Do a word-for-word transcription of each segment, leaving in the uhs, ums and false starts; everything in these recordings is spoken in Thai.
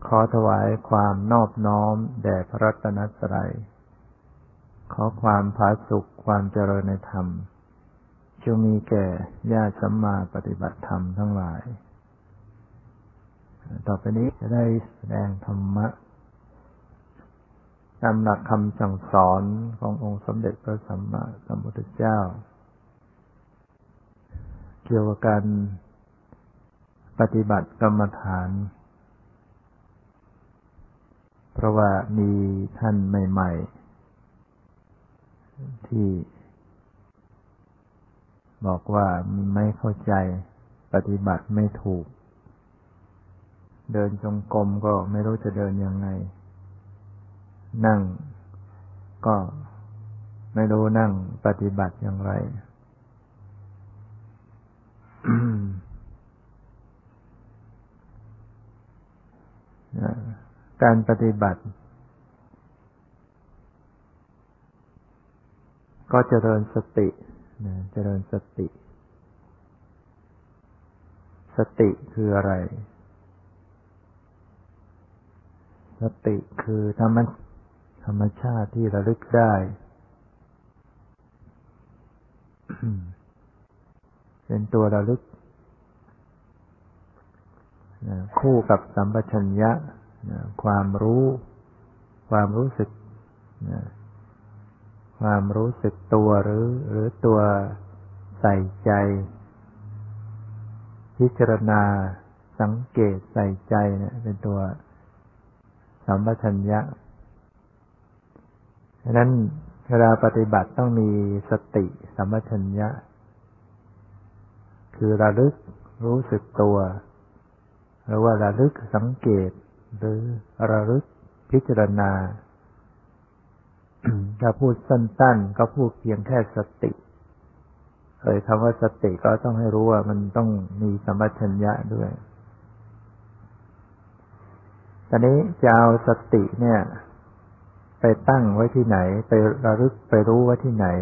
ขอถวายความนอบน้อมแด่พระรัตนตรัยขอความผาสุกความเจริญในธรรมจงมีแก่ญาติสัมมาปฏิบัติธรรมทั้งหลายต่อไปนี้จะได้แสดงธรรมะตามหลักคำสั่งสอนขององค์สมเด็จพระสัมมาสัมพุทธเจ้าเกี่ยวกับการปฏิบัติกรรมฐานเพราะว่ามีท่านใหม่ๆที่บอกว่าไม่เข้าใจปฏิบัติไม่ถูกเดินจงกรมก็ไม่รู้จะเดินยังไงนั่งก็ไม่รู้นั่งปฏิบัติอย่างไร การปฏิบัติก็เจริญสติเจริญสติสติคืออะไรสติคือธรรมธรรมชาติที่ระลึกได้ เป็นตัวระลึกคู่กับสัมปชัญญะความรู้ความรู้สึกความรู้สึกตัวหรือหรือตัวใส่ใจพิจารณาสังเกตใส่ใจเนี่ยเป็นตัวสัมปชัญญะฉะนั้นเวลาปฏิบัติต้องมีสติสัมปชัญญะคือระลึกรู้สึกตัวหรือว่าระลึกสังเกตหรือระลึกพิจารณา ถ้าพูดสั้นๆก็พูดเพียงแค่สติเอ่ยคำว่าสติก็ต้องให้รู้ว่ามันต้องมีสัมปชัญญะด้วยตอนนี้จะเอาสติเนี่ยไปตั้งไว้ที่ไหนไประลึกไปรู้ไว้ที่ไหน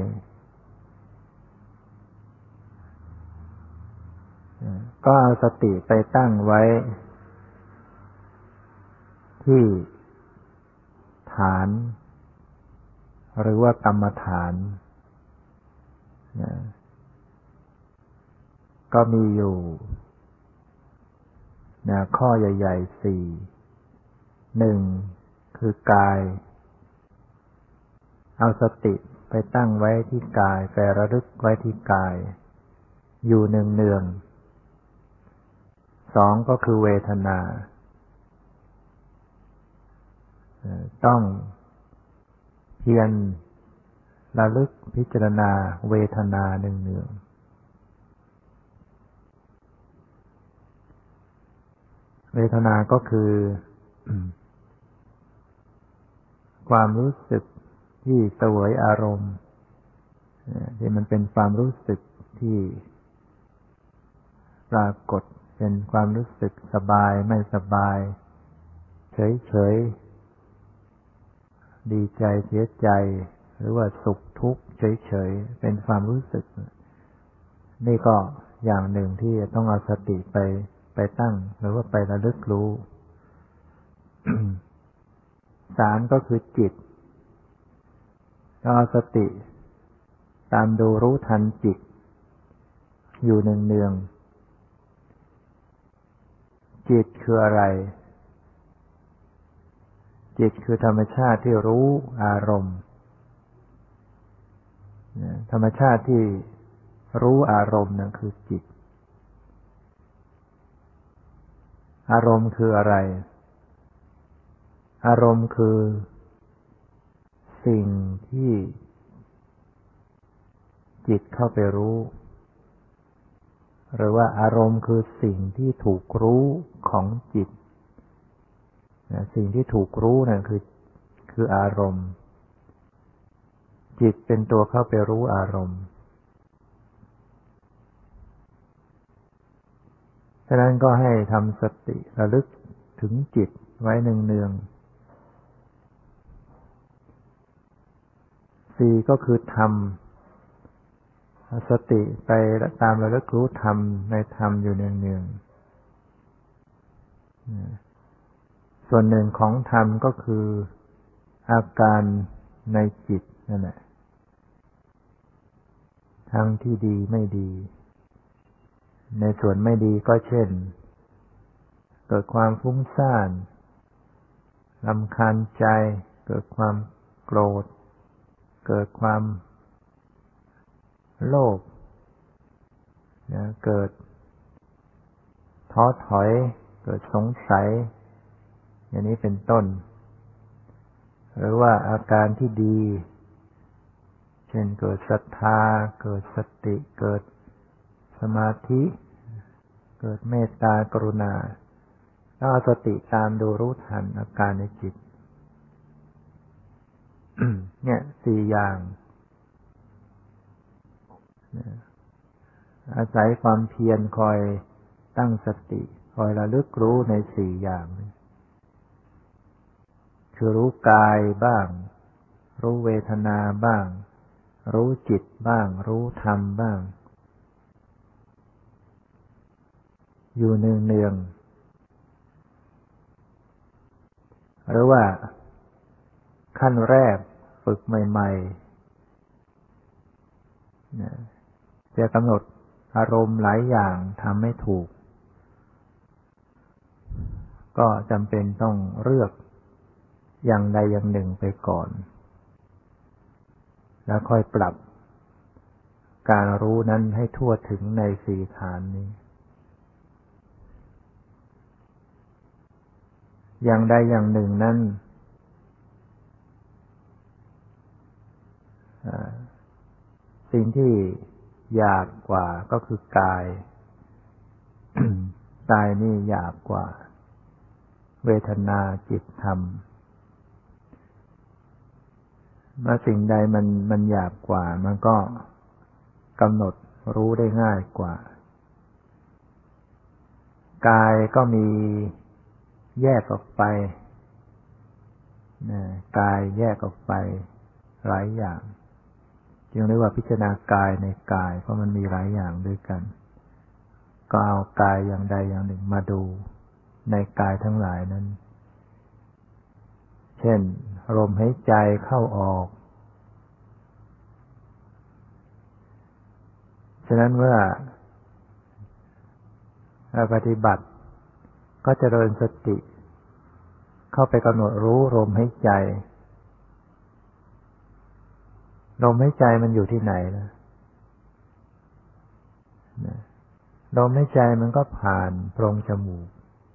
ก็เอาสติไปตั้งไว้ที่ฐานหรือว่ากรรมฐานก็มีอยู่ข้อใหญ่ๆสี่หนึ่งคือกายเอาสติไปตั้งไว้ที่กายไประลึกไว้ที่กายอยู่เนืองๆสองก็คือเวทนาต้องเพียรระลึกพิจารณาเวทนาเนืองๆเวทนาก็คือ ความรู้สึกที่เสวยอารมณ์ที่มันเป็นความรู้สึกที่ปรากฏเป็นความรู้สึกสบายไม่สบายเฉยๆดีใจเสียใจหรือว่าสุขทุกข์เฉยๆเป็นความรู้สึกนี่ก็อย่างหนึ่งที่ต้องเอาสติไปไปตั้งหรือว่าไประลึกรู้ สามก็คือจิตต้องเอาสติตามดูรู้ทันจิตอยู่เนืองๆจิตคืออะไรจิตคือธรรมชาติที่รู้อารมณ์ธรรมชาติที่รู้อารมณ์นั่นคือจิตอารมณ์คืออะไรอารมณ์คือสิ่งที่จิตเข้าไปรู้หรือว่าอารมณ์คือสิ่งที่ถูกรู้ของจิตสิ่งที่ถูกรู้นั่นคือคืออารมณ์จิตเป็นตัวเข้าไปรู้อารมณ์ฉะนั้นก็ให้ทำสติระลึกถึงจิตไว้เนืองๆสี่ก็คือธรรมสติไปตามระลึกรู้ธรรมในธรรมอยู่เนืองๆส่วนหนึ่งของธรรมก็คืออาการในจิตนั่นแหละทั้งที่ดีไม่ดีในส่วนไม่ดีก็เช่นเกิดความฟุ้งซ่านรำคาญใจเกิดความโกรธเกิดความโลภนะเกิดท้อถอยเกิดสงสัยอย่างนี้เป็นต้นหรือว่าอาการที่ดีเช่นเกิดศรัทธาเกิดสติเกิดสมาธิเกิดเมตตากรุณาแล้วเอาสติตามดูรู้ทันอาการในจิต เนี่ยสี่อย่างอาศัยความเพียรคอยตั้งสติคอยระลึกรู้ในสี่อย่างคือรู้กายบ้างรู้เวทนาบ้างรู้จิตบ้างรู้ธรรมบ้างอยู่เนืองๆหรือว่าขั้นแรกฝึกใหม่ๆจะกำหนดอารมณ์หลายอย่างทำไม่ถูกก็จำเป็นต้องเลือกอย่างใดอย่างหนึ่งไปก่อนแล้วค่อยปรับการรู้นั้นให้ทั่วถึงในสี่ฐานนี้อย่างใดอย่างหนึ่งนั้นสิ่งที่หยาบกว่าก็คือกาย กายนี่หยาบกว่าเวทนาจิตธรรมเมื่อสิ่งใดมันมันหยาบกว่ามันก็กำหนดรู้ได้ง่ายกว่ากายก็มีแยกออกไปนะกายแยกออกไปหลายอย่างจึงเรียกว่าพิจารณากายในกายเพราะมันมีหลายอย่างด้วยกันก็เอากายอย่างใดอย่างหนึ่งมาดูในกายทั้งหลายนั้นเช่นลมหายใจเข้าออกฉะนั้นเมื่อปฏิบัติก็เจริญสติเข้าไปกำหนดรู้ลมหายใจลมหายใจมันอยู่ที่ไหนล่ะลมหายใจมันก็ผ่านโพรงจมูก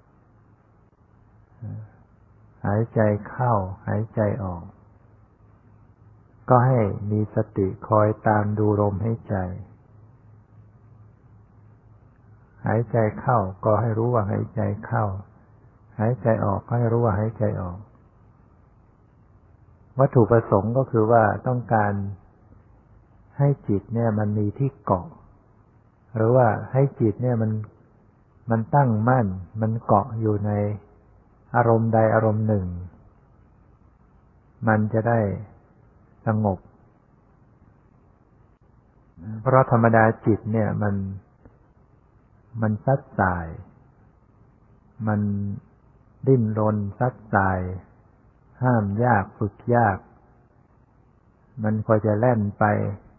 หายใจเข้าหายใจออกก็ให้มีสติคอยตามดูลมหายใจหายใจเข้าก็ให้รู้ว่าหายใจเข้าหายใจออกก็ให้รู้ว่าหายใจออกวัตถุประสงค์ก็คือว่าต้องการให้จิตเนี่ยมันมีที่เกาะหรือว่าให้จิตเนี่ยมันมันตั้งมั่นมันเกาะอยู่ในอารมณ์ใดอารมณ์หนึ่งมันจะได้สงบเพราะธรรมดาจิตเนี่ยมันมันซัดสายมันดิ้นรนซัดสายห้ามยากฝึกยากมันก็จะแล่นไป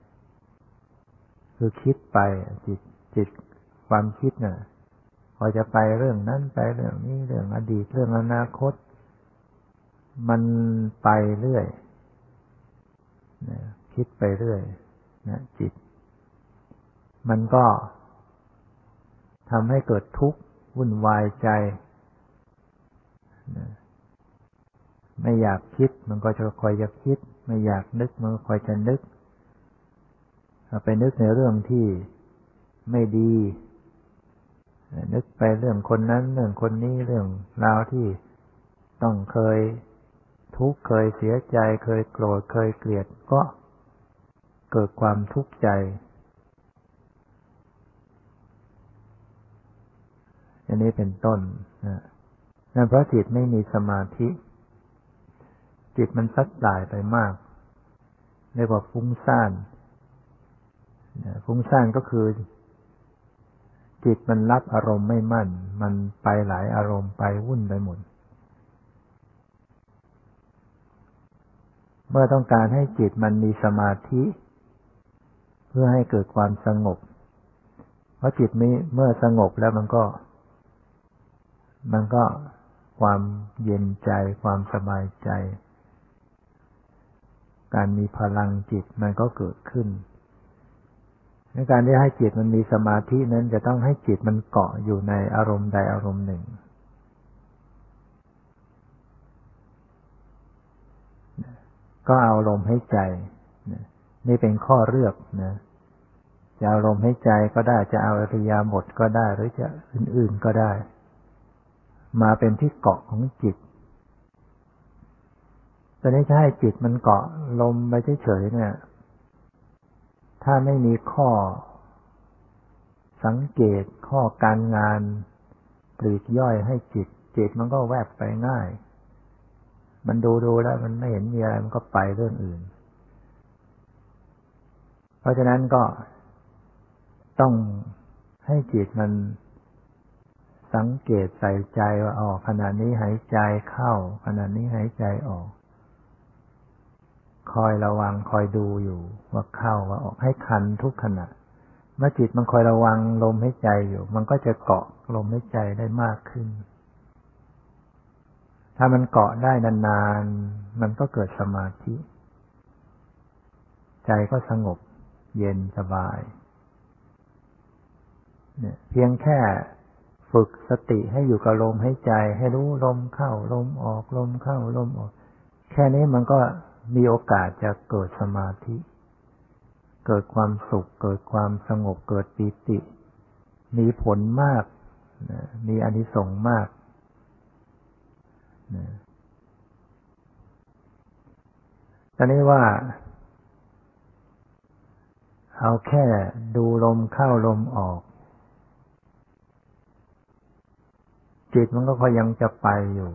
คือคิดไปจิตจิตความคิดน่ะพอจะไปเรื่องนั้นไปเรื่องนี้เรื่องอดีตเรื่องอนาคตมันไปเรื่อยนะคิดไปเรื่อยนะจิตมันก็ทำให้เกิดทุกข์วุ่นวายใจนะไม่อยากคิดมันก็จะคอยจะคิดไม่อยากนึกมันก็คอยจะนึกไปนึกในเรื่องที่ไม่ดีนึกไปเรื่องคนนั้นเรื่องคนนี้เรื่องราวที่ต้องเคยทุกข์เคยเสียใจเคยโกรธเคยเกลียดก็เกิดความทุกข์ใจอันนี้เป็นต้นนะนั่นเพราะจิตไม่มีสมาธิจิตมันซัดสายไปมากเรียกว่าฟุ้งซ่านฟุ้งซ่านก็คือจิตมันรับอารมณ์ไม่มั่นมันไปหลายอารมณ์ไปวุ่นไปหมดเมื่อต้องการให้จิตมันมีสมาธิเพื่อให้เกิดความสงบเพราะจิตมีเมื่อสงบแล้วมันก็มันก็ความเย็นใจความสบายใจการมีพลังจิตมันก็เกิดขึ้นในการที่ให้จิตมันมีสมาธินั้นจะต้องให้จิตมันเกาะอยู่ในอารมณ์ใดอารมณ์หนึ่งก็เอาลมให้ใจนี่เป็นข้อเลือกนะจะเอาลมให้ใจก็ได้จะเอาอิริยาบถก็ได้หรือจะอื่นๆก็ได้มาเป็นที่เกาะของจิตตอนนี้ถ้าให้จิตมันเกาะลมไปเฉยๆเนี่ยถ้าไม่มีข้อสังเกตข้อการงานปลีกย่อยให้จิตจิตมันก็แวบไปง่ายมันดูดูแล้วมันไม่เห็นมีอะไรมันก็ไปเรื่องอื่นเพราะฉะนั้นก็ต้องให้จิตมันสังเกตใส่ใจว่าอ๋อขณะนี้หายใจเข้าขณะนี้หายใจออกคอยระวังคอยดูอยู่ว่าเข้าว่าออกให้ทันทุกขณะเมื่อจิตมันคอยระวังลมหายใจอยู่มันก็จะเกาะลมหายใจได้มากขึ้นถ้ามันเกาะได้นานๆมันก็เกิดสมาธิใจก็สงบเย็นสบายเนี่ยเพียงแค่ฝึกสติให้อยู่กับลมหายใจให้รู้ลมเข้าลมออกลมเข้าลมออกแค่นี้มันก็มีโอกาสจะเกิดสมาธิเกิดความสุขเกิดความสงบเกิดปีติมีผลมากมีอานิสงส์มากตอนนี้ว่าเอาแค่ดูลมเข้าลมออกจิตมันก็คอยยังจะไปอยู่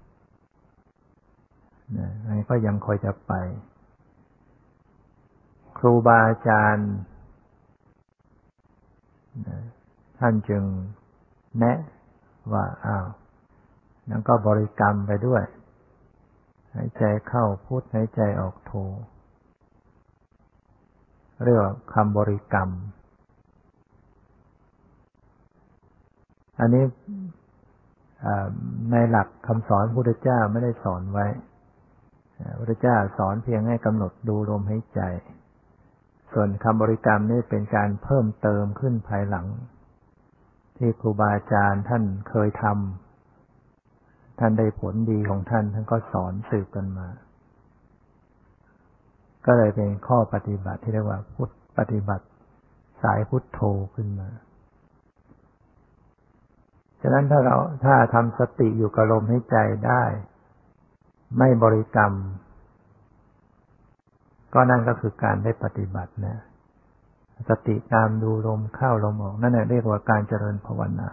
นะมันก็ยังคอยจะไปครูบาอาจารย์นะท่านจึงแนะว่าอ้าวแล้วก็บริกรรมไปด้วยหายใจเข้าพุทหายใจออกโทเรียกว่าคำบริกรรมอันนี้ในหลักคำสอนพระพุทธเจ้าไม่ได้สอนไว้พระพุทธเจ้าสอนเพียงให้กำหนดดูลมหายใจส่วนคำบริกรรมนี่เป็นการเพิ่มเติมขึ้นภายหลังที่ครูบาอาจารย์ท่านเคยทำท่านได้ผลดีของท่านท่านก็สอนสืบกันมาก็เลยเป็นข้อปฏิบัติที่เรียกว่าพุทธปฏิบัติสายพุทโธขึ้นมาฉะนั้นถ้าเราถ้าทำสติอยู่กับลมหายใจได้ไม่บริกรรมก็นั่นก็คือการได้ปฏิบัตินะสติตามดูลมเข้าลมออกนั่นแหละเรียกว่าการเจริญภาวนา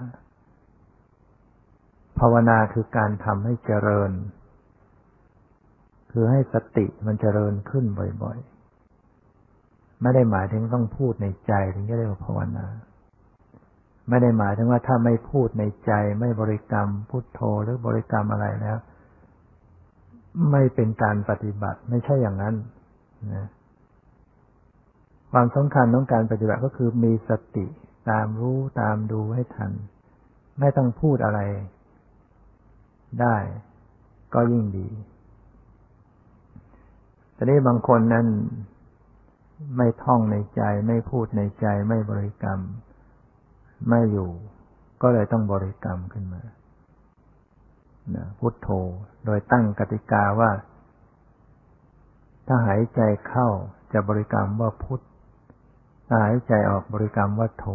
ภาวนาคือการทำให้เจริญคือให้สติมันเจริญขึ้นบ่อยๆไม่ได้หมายถึงต้องพูดในใจถึงจะเรียกว่าภาวนาไม่ได้หมายถึงว่าถ้าไม่พูดในใจไม่บริกรรมพุทโธหรือบริกรรมอะไรแล้วไม่เป็นการปฏิบัติไม่ใช่อย่างนั้นนะความสำคัญของการปฏิบัติก็คือมีสติตามรู้ตามดูให้ทันไม่ต้องพูดอะไรได้ก็ยิ่งดีแต่นี้บางคนนั้นไม่ท่องในใจไม่พูดในใจไม่บริกรรมไม่อยู่ก็เลยต้องบริกรรมขึ้นมานะพุทโธโดยตั้งกติกาว่าถ้าหายใจเข้าจะบริกรรมว่าพุทถ้าหายใจออกบริกรรมว่าโธ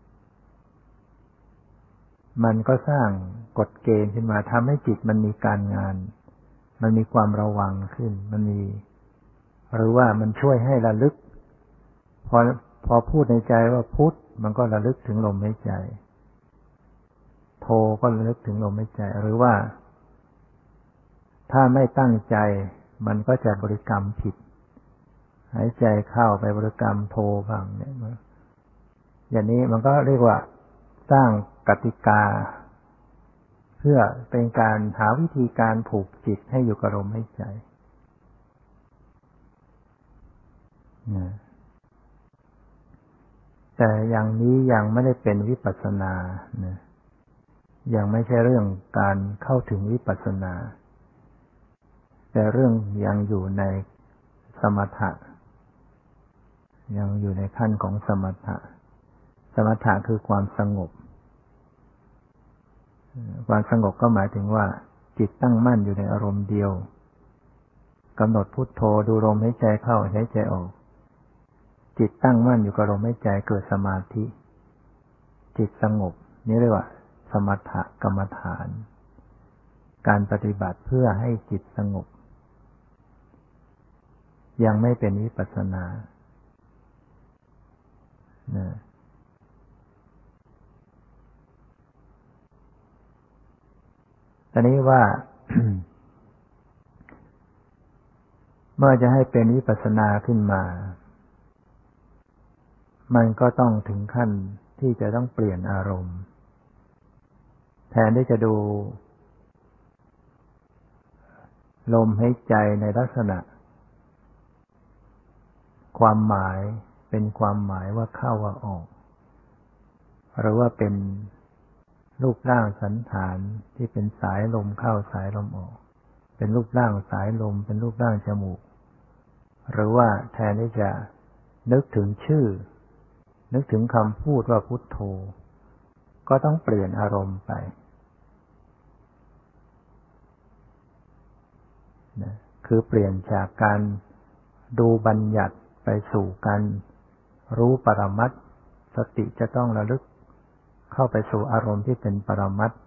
มันก็สร้างกฎเกณฑ์ขึ้นมาทำให้จิตมันมีการงานมันมีความระวังขึ้นมันมีหรือว่ามันช่วยให้ระลึกพอพอพูดในใจว่าพุทมันก็ระลึกถึงลมหายใจโธก็ระลึกถึงลมหายใจหรือว่าถ้าไม่ตั้งใจมันก็จะบริกรรมผิดหายใจเข้าไปบริกรรมโธบ้างเนี่ยอย่างนี้มันก็เรียกว่าสร้างกติกาเพื่อเป็นการหาวิธีการผูกจิตให้อยู่กับลมหายใจนะแต่อย่างนี้ยังไม่ได้เป็นวิปัสสนานะยังไม่ใช่เรื่องการเข้าถึงวิปัสสนาแต่เรื่องยังอยู่ในสมถะยังอยู่ในขั้นของสมถะสมถะคือความสงบความสงบก็หมายถึงว่าจิตตั้งมั่นอยู่ในอารมณ์เดียวกำหนดพุทโธดูลมหายใจเข้าหายใจออกจิตตั้งมั่นอยู่กับลมหายใจเกิดสมาธิจิตสงบนี่เรียกว่าสมถกรรมฐานการปฏิบัติเพื่อให้จิตสงบยังไม่เป็นวิปัสสนานะตอนนี้ว่า เมื่อจะให้เป็นวิปัสสนาขึ้นมามันก็ต้องถึงขั้นที่จะต้องเปลี่ยนอารมณ์แทนที่จะดูลมหายใจในลักษณะความหมายเป็นความหมายว่าเข้าว่าออกหรือว่าเป็นรูปร่างสันฐานที่เป็นสายลมเข้าสายลมออกเป็นรูปร่างสายลมเป็นรูปร่างจมูกหรือว่าแทนที่จะนึกถึงชื่อนึกถึงคำพูดว่าพุทโธก็ต้องเปลี่ยนอารมณ์ไปนะคือเปลี่ยนจากการดูบัญญัติไปสู่การรู้ปรมัตถ์สติจะต้องระลึกเข้าไปสู่อารมณ์ที่เป็นปรมัตถ์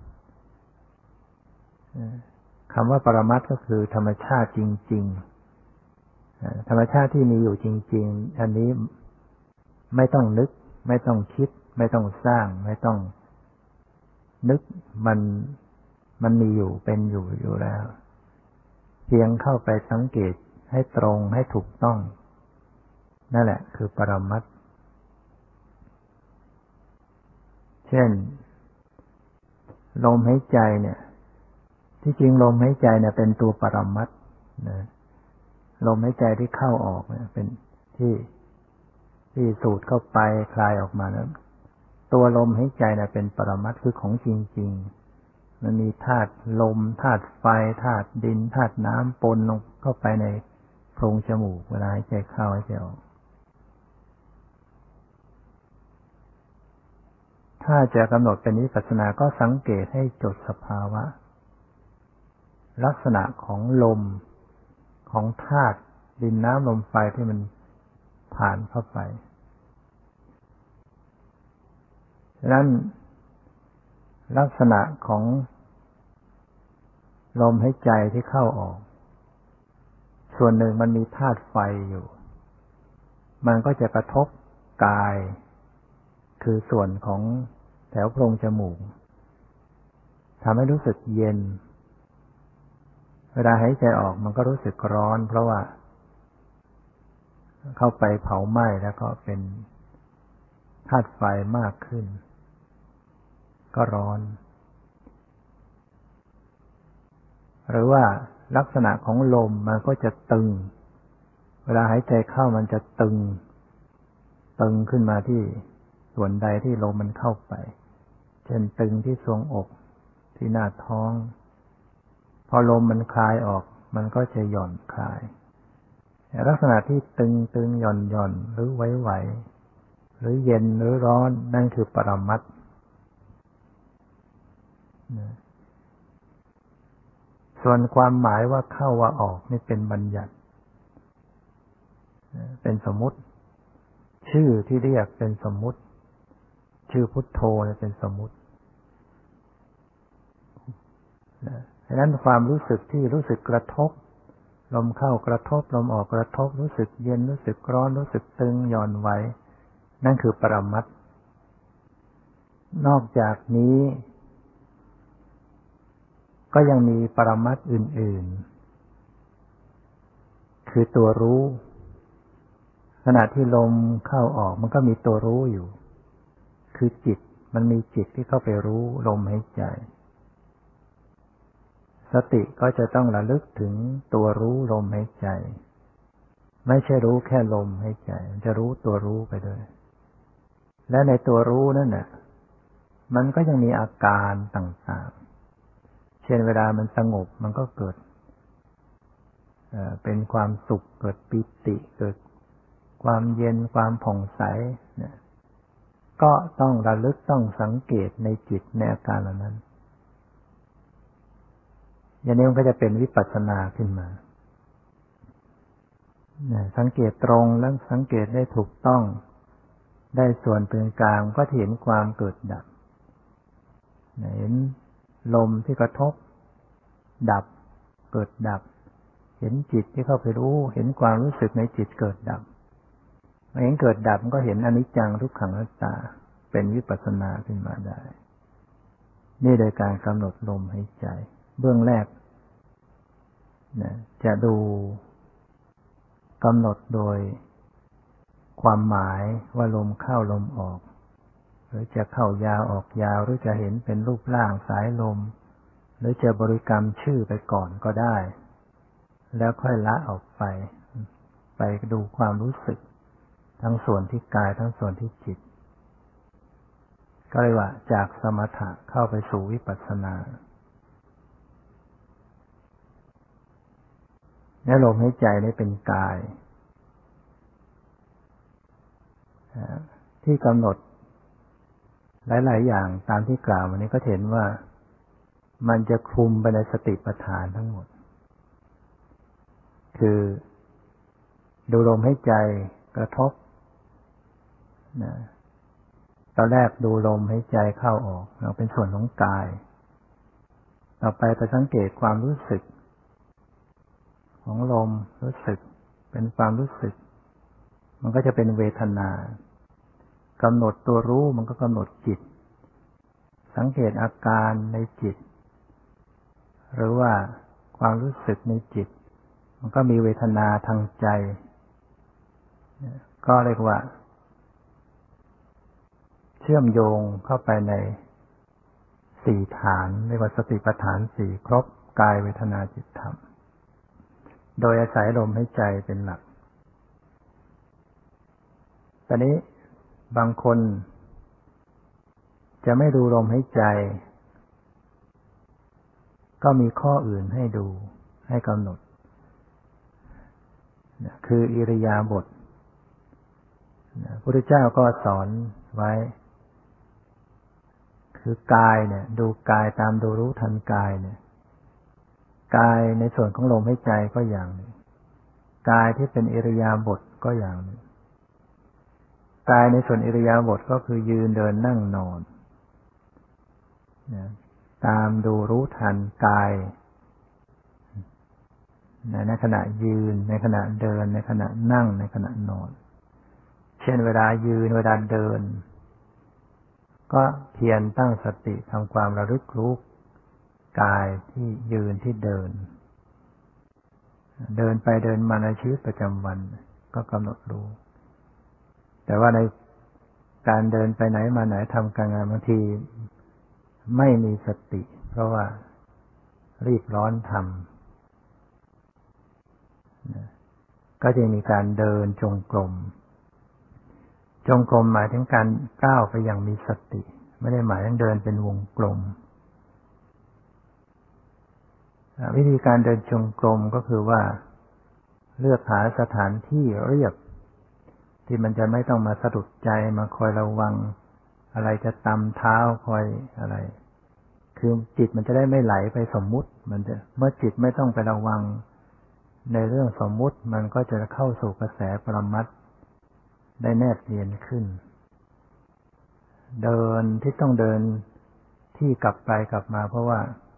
คำว่าปรมัตถ์ก็คือธรรมชาติจริงๆธรรมชาติที่มีอยู่จริงๆอันนี้ไม่ต้องนึกไม่ต้องคิดไม่ต้องสร้างไม่ต้องนึกมันมันมีอยู่เป็นอยู่อยู่แล้วเพียงเข้าไปสังเกตให้ตรงให้ถูกต้องนั่นแหละคือปรมัตถ์เช่นลมหายใจเนี่ยที่จริงลมหายใจเนี่ยเป็นตัวปรมัตถ์นะลมหายใจที่เข้าออกเนี่ยเป็นที่ที่สูดเข้าไปคลายออกมาแล้วตัวลมหายใจเนี่ยเป็นปรมัตถ์คือของจริงๆมันมีธาตุลมธาตุไฟธาตุดินธาตุน้ำปนลงเข้าไปในโพรงจมูกเวลาหายใจเข้าหายใจออกถ้าจะกำหนดเป็นวิปัสสนาก็สังเกตให้จดสภาวะลักษณะของลมของธาตุดินน้ำลมไฟที่มันผ่านเข้าไปฉะนั้นลักษณะของลมหายใจที่เข้าออกส่วนหนึ่งมันมีธาตุไฟอยู่มันก็จะกระทบกายคือส่วนของแถวโพรงจมูกทำให้รู้สึกเย็นเวลาหายใจออกมันก็รู้สึกร้อนเพราะว่าเข้าไปเผาไหม้แล้วก็เป็นธาตุไฟมากขึ้นก็ร้อนหรือว่าลักษณะของลมมันก็จะตึงเวลาหายใจเข้ามันจะตึงตึงขึ้นมาที่ส่วนใดที่ลมมันเข้าไปเช่นตึงที่ทรวงอกที่หน้าท้องพอลมมันคลายออกมันก็จะหย่อนคลายลักษณะที่ตึงตึงหย่อนหย่อนหรือไหวไหวหรือเย็นหรือร้อนนั่นคือปรมัตถ์ส่วนความหมายว่าเข้าว่าออกนี่เป็นบัญญัติเป็นสมมุติชื่อที่เรียกเป็นสมมุติชื่อพุทโธเป็นสมมุติดังนั้นความรู้สึกที่รู้สึกกระทบลมเข้ากระทบลมออกกระทบรู้สึกเย็นรู้สึกร้อนรู้สึกตึงหย่อนไหวนั่นคือปรมัตถ์นอกจากนี้ก็ยังมีปรมัตถ์อื่นๆคือตัวรู้ขณะที่ลมเข้าออกมันก็มีตัวรู้อยู่คือจิตมันมีจิตที่เข้าไปรู้ลมหายใจสติก็จะต้องระลึกถึงตัวรู้ลมหายใจไม่ใช่รู้แค่ลมหายใจมันจะรู้ตัวรู้ไปด้วยและในตัวรู้นั่นน่ะมันก็ยังมีอาการต่างๆเช่นเวลามันสงบมันก็เกิดเอ่อเป็นความสุขเกิดปิติเกิดความเย็นความผ่องใสเนี่ยก็ต้องระลึกต้องสังเกตในจิตในอาการเหล่านั้นอย่างนี้มันก็จะเป็นวิปัสสนาขึ้นมาสังเกตตรงแล้วสังเกตได้ถูกต้องได้ส่วนเป็นกลางก็เห็นความเกิดดับเห็นลมที่กระทบดับเกิดดับเห็นจิตที่เข้าไปรู้เห็นความรู้สึกในจิตเกิดดับเห็นเกิดดับก็เห็นอนิจจังทุกขังอนัตตาเป็นวิปัสสนาขึ้นมาได้นี่โดยการกำหนดลมหายใจเบื้องแรกนะจะดูกำหนดโดยความหมายว่าลมเข้าลมออกหรือจะเข้ายาวออกยาวหรือจะเห็นเป็นรูปร่างสายลมหรือจะบริกรรมชื่อไปก่อนก็ได้แล้วค่อยละออกไปไปดูความรู้สึกทั้งส่วนที่กายทั้งส่วนที่จิตก็เรียกว่าจากสมถะเข้าไปสู่วิปัสสนาและลมหายใจนี้เป็นกายที่กำหนดหลายๆอย่างตามที่กล่าวมานี้ก็เห็นว่ามันจะคลุมไปในสติปัฏฐานทั้งหมดคือดูลมหายใจกระทบนะตอนแรกดูลมหายใจเข้าออกเราเป็นส่วนของกายต่อไปไปสังเกตความรู้สึกของลมรู้สึกเป็นความรู้สึกมันก็จะเป็นเวทนากำหนดตัวรู้มันก็กำหนดจิตสังเกตอาการในจิตหรือว่าความรู้สึกในจิตมันก็มีเวทนาทางใจก็เรียกว่าเชื่อมโยงเข้าไปในสี่ฐานเรียกว่าสติปัฏฐานสี่ครบกายเวทนาจิตธรรมโดยอาศัยลมหายใจเป็นหลักตอนนี้บางคนจะไม่ดูลมหายใจก็มีข้ออื่นให้ดูให้กำหนดคืออิริยาบถพระพุทธเจ้าก็สอนไว้คือกายเนี่ยดูกายตามดูรู้ทันกายเนี่ยกายในส่วนของลมหายใจก็อย่างหนึ่งกายที่เป็นอิริยาบถก็อย่างหนึ่งกายในส่วนอิริยาบถก็คือยืนเดินนั่งนอนนะตามดูรู้ทันกายในขณะยืนในขณะเดินในขณะนั่งในขณะนอนเช่นเวลายืนเวลาเดินก็เพียรตั้งสติทำความระลึกรู้กายที่ยืนที่เดินเดินไปเดินมาในชีวิตประจำวันก็กำหนดรู้แต่ว่าในการเดินไปไหนมาไหนทำการงานบางทีไม่มีสติเพราะว่ารีบร้อนทำก็จะมีการเดินจงกรมจงกรมหมายถึงการก้าวไปอย่างมีสติไม่ได้หมายถึงเดินเป็นวงกลมวิธีการเดินจงกรมก็คือว่าเลือกหาสถานที่เรียบที่มันจะไม่ต้องมาสะดุดใจมาคอยระวังอะไรจะตำเท้าคอยอะไรคือจิตมันจะได้ไม่ไหลไปสมมุติมันจะเมื่อจิตไม่ต้องไประวังในเรื่องสมมุติมันก็จะเข้าสู่กระแสปรมัตถ์ได้แนบเนียนขึ้นเดินที่ต้องเดินที่กลับไปกลับมาเพราะว่า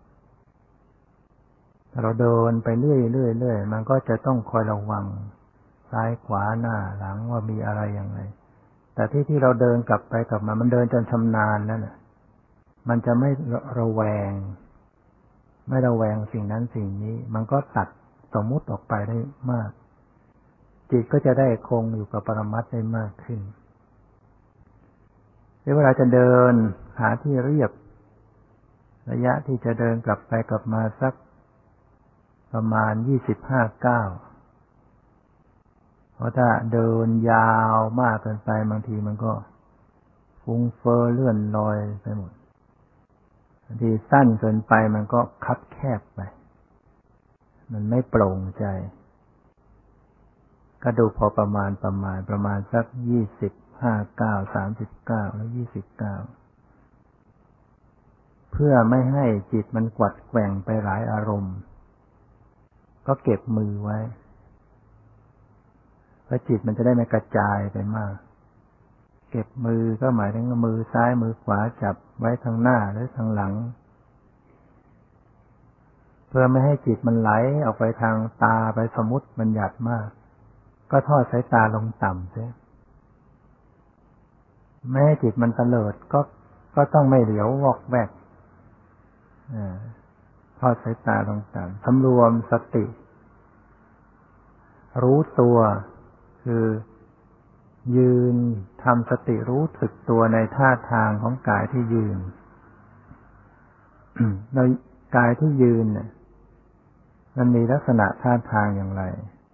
เราเดินไปเรื่อยเรื่อยเรื่อยมันก็จะต้องคอยระวังซ้ายขวาหน้าหลังว่ามีอะไรอย่างไรแต่ที่ที่เราเดินกลับไปกลับมามันเดินจนชำนาญแล้วน่ะมันจะไม่ระแวงไม่ระแวงสิ่งนั้นสิ่งนี้มันก็ตัดสมมุติออกไปได้มากจิตก็จะได้คงอยู่กับปรมัตถ์ได้มากขึ้นเวลาจะเดินหาที่เรียบระยะที่จะเดินกลับไปกลับมาสักประมาณยี่สิบห้าก้าวเพราะถ้าเดินยาวมากเกินไปบางทีมันก็ฟุ้งเฟ้อเลื่อนลอยไปหมดบางทีสั้นเกินไปมันก็คับแคบไปมันไม่โปร่งใจก็ดูพอประมาณประมาณประมาณสักยี่สิบห้าเก้าสามสิบเก้าแล้วยี่สิบเก้าเพื่อไม่ให้จิตมันกวัดแกว่งไปหลายอารมณ์ก็เก็บมือไว้เพราะจิตมันจะได้ไม่กระจายไปมากเก็บมือก็หมายถึงมือซ้ายมือขวาจับไว้ทางหน้าหรือทางหลังเพื่อไม่ให้จิตมันไหลออกไปทางตาไปสมมุติบัญญัติมากก็ทอดสายตาลงต่ำเสียไม่ให้จิตมันเตลิดก็ก็ต้องไม่เหลียววอกแวกทอดสายตาลงต่ำสำรวมสติรู้ตัวคือยืนทำสติรู้สึกตัวในท่าทางของกายที่ยืนในกายที่ยืนเนี่ยมันมีลักษณะท่าทางอย่างไร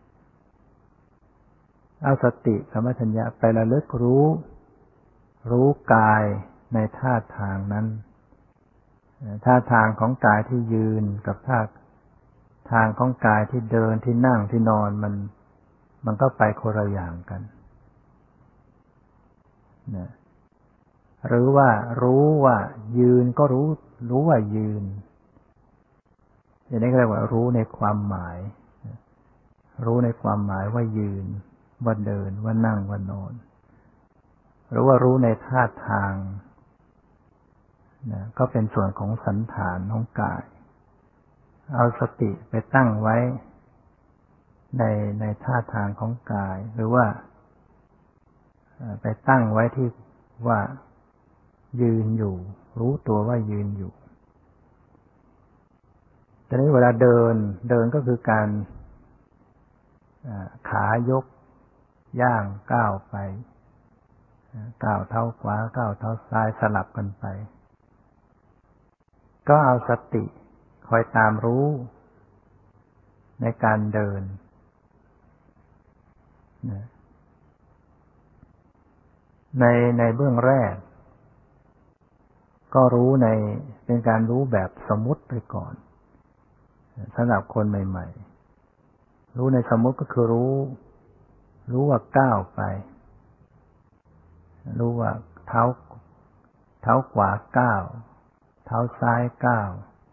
เอาสติสัมปชัญญะไประลึกรู้รู้กายในท่าทางนั้นท่าทางของกายที่ยืนกับท่าทางของกายที่เดินที่นั่งที่นอนมันมันก็ไปคนละอย่างกันนะหรือว่ารู้ว่ายืนก็รู้รู้ว่ายืนอย่างนี้ก็เรียกว่ารู้ในความหมายรู้ในความหมายว่ายืนว่าเดินว่านั่งว่านอนหรือว่ารู้ในท่าทางนะก็เป็นส่วนของสันฐานของกายเอาสติไปตั้งไว้ในในท่าทางของกายหรือว่าไปตั้งไว้ที่ว่ายืนอยู่รู้ตัวว่ายืนอยู่แต่นี้เวลาเดินเดินก็คือการขายกย่างก้าวไปก้าวเท้าขวาก้าวเท้าซ้ายสลับกันไปก็เอาสติคอยตามรู้ในการเดินในในเบื้องแรกก็รู้ในเป็นการรู้แบบสมมุติไปก่อนสำหรับคนใหม่ๆรู้ในสมมุติก็คือรู้รู้ว่าก้าวไปรู้ว่าเท้าเท้าขวาก้าวเท้าซ้ายก้าว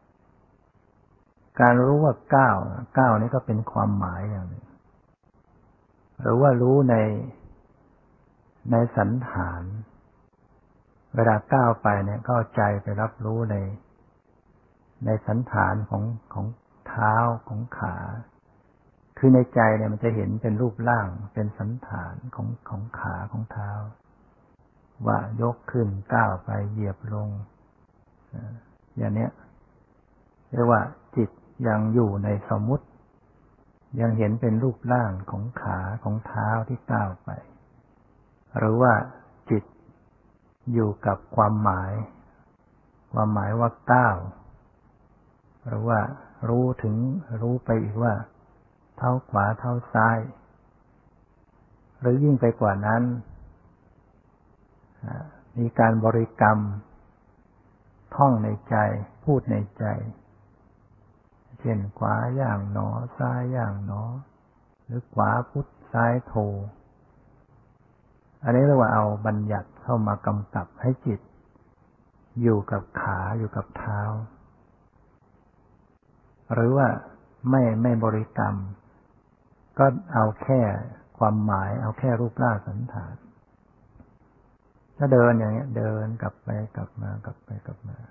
การรู้ว่าก้าวก้าวนี้ก็เป็นความหมายอย่างหนึ่งหรือว่ารู้ในในสันฐานเวลาก้าวไปเนี่ยก็ใจไปรับรู้ในในสันฐานของของเท้าของขาคือในใจเนี่ยมันจะเห็นเป็นรูปร่างเป็นสันฐานของของขาของเท้าว่ายกขึ้นก้าวไปเหยียบลงอย่างเนี้ยเรียกว่าจิตยังอยู่ในสมมุติยังเห็นเป็นรูปร่างของขาของเท้าที่ก้าวไปหรือว่าจิตอยู่กับความหมายความหมายว่าก้าวหรือว่ารู้ถึงรู้ไปอีกว่าเท้าขวาเท้าซ้ายหรือยิ่งไปกว่านั้นมีการบริกรรมท่องในใจพูดในใจเช่นขวาย่างหนอซ้ายย่างหนอหรือขวาพุทธซ้ายโทอันนี้เรียกว่าเอาบัญญัติเข้ามากำกับให้จิตอยู่กับขาอยู่กับเท้าหรือว่าไม่ไม่บริกรรมก็เอาแค่ความหมายเอาแค่รูปร่างสันฐานถ้าเดินอย่างเงี้ยเดินกลับไปกลับมากลับไปกลับมา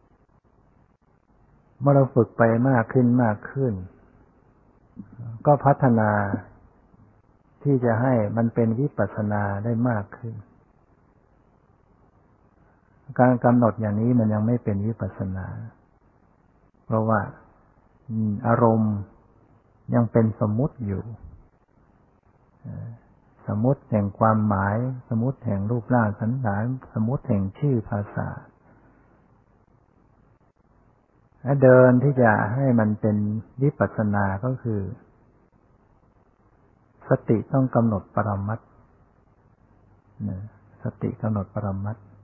เมื่อเราฝึกไปมากขึ้นมากขึ้นก็พัฒนาที่จะให้มันเป็นวิปัสสนาได้มากขึ้นการกำหนดอย่างนี้มันยังไม่เป็นวิปัสสนาเพราะว่าอารมณ์ยังเป็นสมมุติอยู่สมมุติแห่งความหมายสมมุติแห่งรูปร่างสันฐานสมมุติแห่งชื่อภาษาและเดินที่จะให้มันเป็นวิปัสสนาก็คือสสติต้องกำหนดปรมัตถ์สติกำหนดปรมัตถ์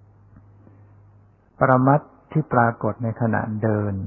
ปรมัตถ์ที่ปรากฏในขณะเดิน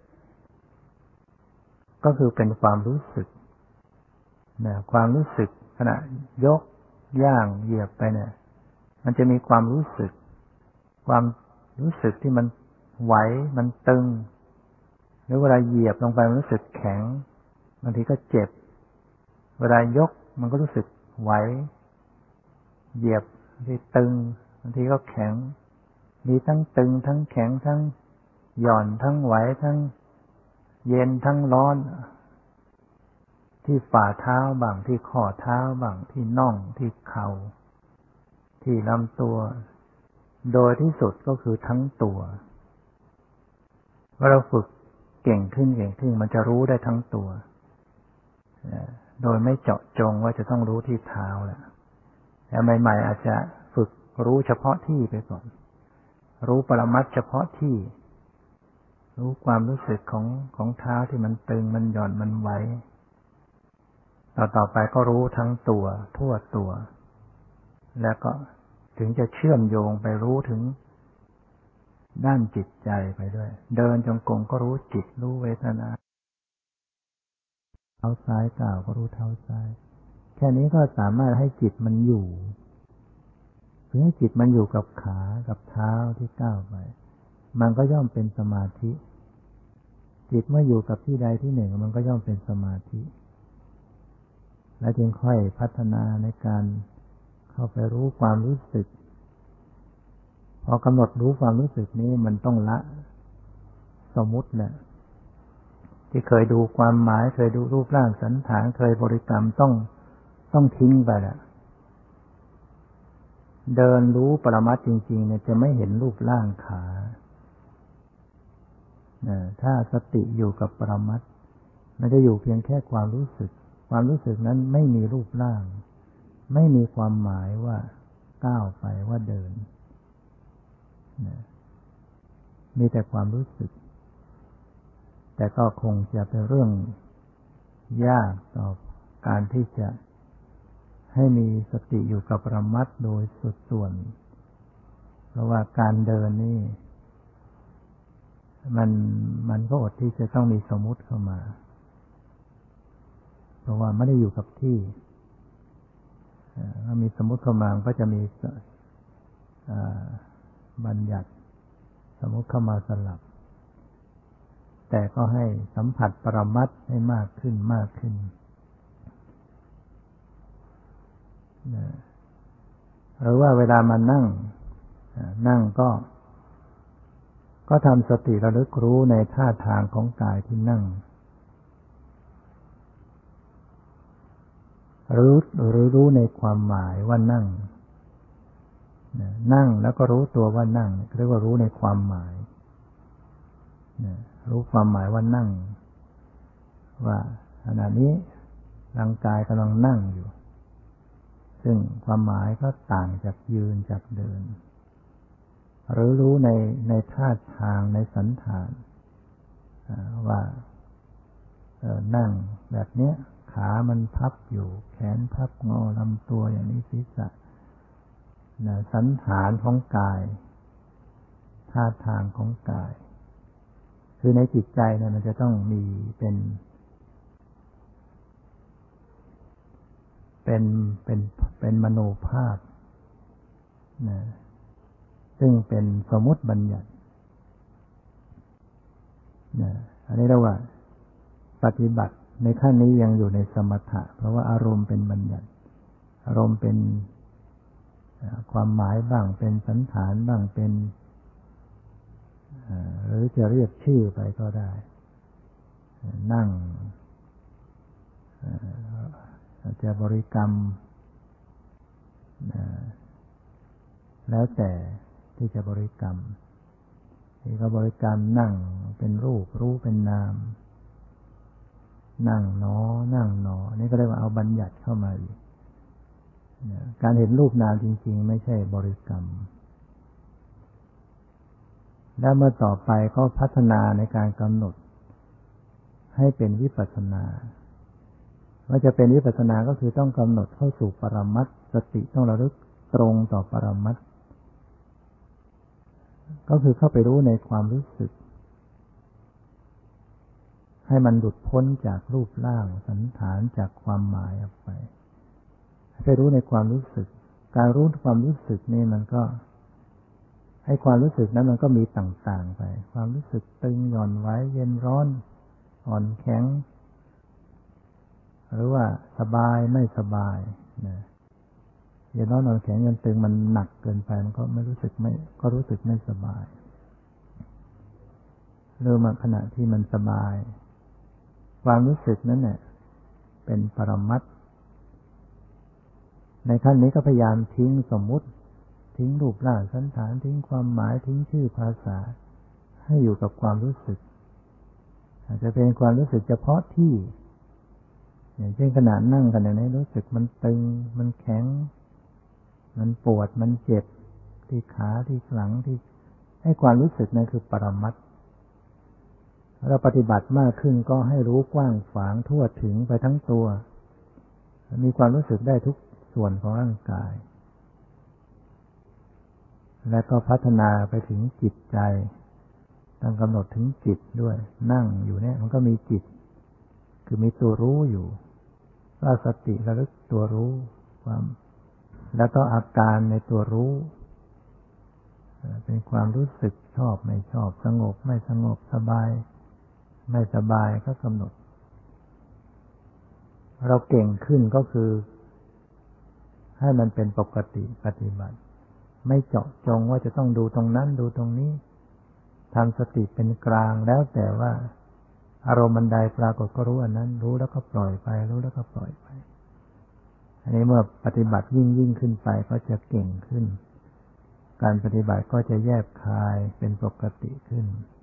ก็คือเป็นความรู้สึกนะความรู้สึกขณะยกย่างเหยียบไปเนี่ยมันจะมีความรู้สึกความรู้สึกที่มันไหวมันตึงหรือเวลาเหยียบลงไปมันรู้สึกแข็งบางทีก็เจ็บเวลายกมันก็รู้สึกไหวเหยียบบางทีตึงบางทีก็แข็งมีทั้งตึงทั้งแข็งทั้งหย่อนทั้งไหวทั้งเย็นทั้งร้อนที่ฝ่าเท้าบ้างที่ข้อเท้าบ้างที่น่องที่เข่าที่ลำตัวโดยที่สุดก็คือทั้งตัวเมื่อเราฝึกเก่งขึ้นเก่งขึ้นมันจะรู้ได้ทั้งตัวโดยไม่เจาะจงว่าจะต้องรู้ที่เท้าแหละแต่ใหม่ๆอาจจะฝึกรู้เฉพาะที่ไปก่อนรู้ปรมัตถ์เฉพาะที่รู้ความรู้สึกของของเท้าที่มันตึงมันหย่อนมันไหวต่อต่อไปก็รู้ทั้งตัวทั่วตัวแล้วก็ถึงจะเชื่อมโยงไปรู้ถึงด้านจิตใจไปด้วยเดินจงกรมก็รู้จิตรู้เวทนาเท้าซ้ายก้าวก็รู้เท้าซ้ายแค่นี้ก็สามารถให้จิตมันอยู่คือให้จิตมันอยู่กับขากับเท้าที่ก้าวไปมันก็ย่อมเป็นสมาธิจิตเมื่ออยู่กับที่ใดที่หนึ่งมันก็ย่อมเป็นสมาธิและจึงค่อยพัฒนาในการเข้าไปรู้ความรู้สึกพอกำหนดรู้ความรู้สึกนี้มันต้องละสมมุติแหละที่เคยดูความหมายเคยดูรูปร่างสันฐานเคยบริกรรมต้องต้องทิ้งไปแหละเดินรู้ปรมัตถ์จริงๆเนี่ยจะไม่เห็นรูปร่างขาถ้าสติอยู่กับปรมัตถ์มันจะอยู่เพียงแค่ความรู้สึกความรู้สึกนั้นไม่มีรูปร่างไม่มีความหมายว่าก้าวไปว่าเดินมีแต่ความรู้สึกแต่ก็คงจะเป็นเรื่องยากต่อการที่จะให้มีสติอยู่กับปรมัตถ์โดยสุดส่วนเพราะว่าการเดินนี่มันมันก็อดที่จะต้องมีสมมุติเข้ามาเพราะว่าไม่ได้อยู่กับที่ถ้ามีสมมุติเข้ามาก็จะมีบัญญัติสมมุติเข้ามาสลับแต่ก็ให้สัมผัสปรมัตถ์ให้มากขึ้นมากขึ้นหรือว่าเวลามานั่งนั่งก็ก็ทำสติระลึกรู้ในท่าทางของกายที่นั่งหรือหรือรู้ในความหมายว่านั่งนั่งแล้วก็รู้ตัวว่านั่งเรียกว่ารู้ในความหมายรู้ความหมายว่านั่งว่าขณะนี้ร่างกายกำลังนั่งอยู่ซึ่งความหมายก็ต่างจากยืนจากเดินหรือรู้ในในท่าทางในสันฐานว่านั่งแบบเนี้ยขามันพับอยู่แขนพับงอลำตัวอย่างนี้ศีรษะสันฐานของกายท่าทางของกายคือในจิตใจเนี่ยมันจะต้องมีเป็นเป็นเป็นเป็นมโนภาพนะซึ่งเป็นสมมุติบัญญัตินะอันนี้เรียกว่าปฏิบัติในขั้นนี้ยังอยู่ในสมถะเพราะว่าอารมณ์เป็นบัญญัติอารมณ์เป็นความหมายบ้างเป็นสันฐานบ้างเป็นหรือจะเรียกชื่อไปก็ได้นั่งจะบริกรรมแล้วแต่ที่จะบริกรรมที่ก็บริกรรมนั่งเป็นรูปรู้เป็นนามนั่งหนอนั่งหนอนี่ก็เรียกว่าเอาบัญญัติเข้ามาอีกการเห็นรูปนามจริงๆไม่ใช่บริกรรมแล้วเมื่อต่อไปก็พัฒนาในการกำหนดให้เป็นวิปัสสนาว่าจะเป็นวิปัสสนาก็คือต้องกำหนดเข้าสู่ปรมัตถ์สติต้องระลึกตรงต่อปรมัตถ์ก็คือเข้าไปรู้ในความรู้สึกให้มันหลุดพ้นจากรูปร่างสันฐานจากความหมายออกไปไปรู้ในความรู้สึกการรู้ความรู้สึกนี่มันก็ให้ความรู้สึกนั้นมันก็มีต่างๆไปความรู้สึกตึงหย่อนไหวเย็นร้อนอ่อนแข็งหรือว่าสบายไม่สบายนะเย็นร้อนอ่อนแข็งเย็นตึงมันหนักเกินไปมันก็ไม่รู้สึกไม่ก็รู้สึกไม่สบายเริ่มมาขณะที่มันสบายความรู้สึกนั้นเนี่ยเป็นปรมัตถ์ในขั้นนี้ก็พยายามทิ้งสมมุติทิ้งรูปร่างสันฐานทิ้งความหมายทิ้งชื่อภาษาให้อยู่กับความรู้สึกอาจจะเป็นความรู้สึกเฉพาะที่อย่างเช่นขณะนั่งกันอย่างนี้รู้สึกมันตึงมันแข็งมันปวดมันเจ็บที่ขาที่หลังที่ให้ความรู้สึกนั้นคือปรมัตถ์เราปฏิบัติมากขึ้นก็ให้รู้กว้างขวางทั่วถึงไปทั้งตัวมีความรู้สึกได้ทุกส่วนของร่างกายและก็พัฒนาไปถึงจิตใจต้องกำหนดถึงจิตด้วยนั่งอยู่เนี่ยมันก็มีจิตคือมีตัวรู้อยู่ว่าสติระลึกตัวรู้ความแล้วก็อาการในตัวรู้เป็นความรู้สึกชอบไม่ชอบสงบไม่สงบสบายไม่สบายก็กำหนดเราเก่งขึ้นก็คือให้มันเป็นปกติปฏิบัติไม่เจาะจงว่าจะต้องดูตรงนั้นดูตรงนี้ทำสติเป็นกลางแล้วแต่ว่าอารมณ์ใดปรากฏก็รู้อันนั้นรู้แล้วก็ปล่อยไปรู้แล้วก็ปล่อยไปอันนี้เมื่อปฏิบัติยิ่งยิ่งขึ้นไปก็จะเก่งขึ้นการปฏิบัติก็จะแยบคายเป็นปกติขึ้น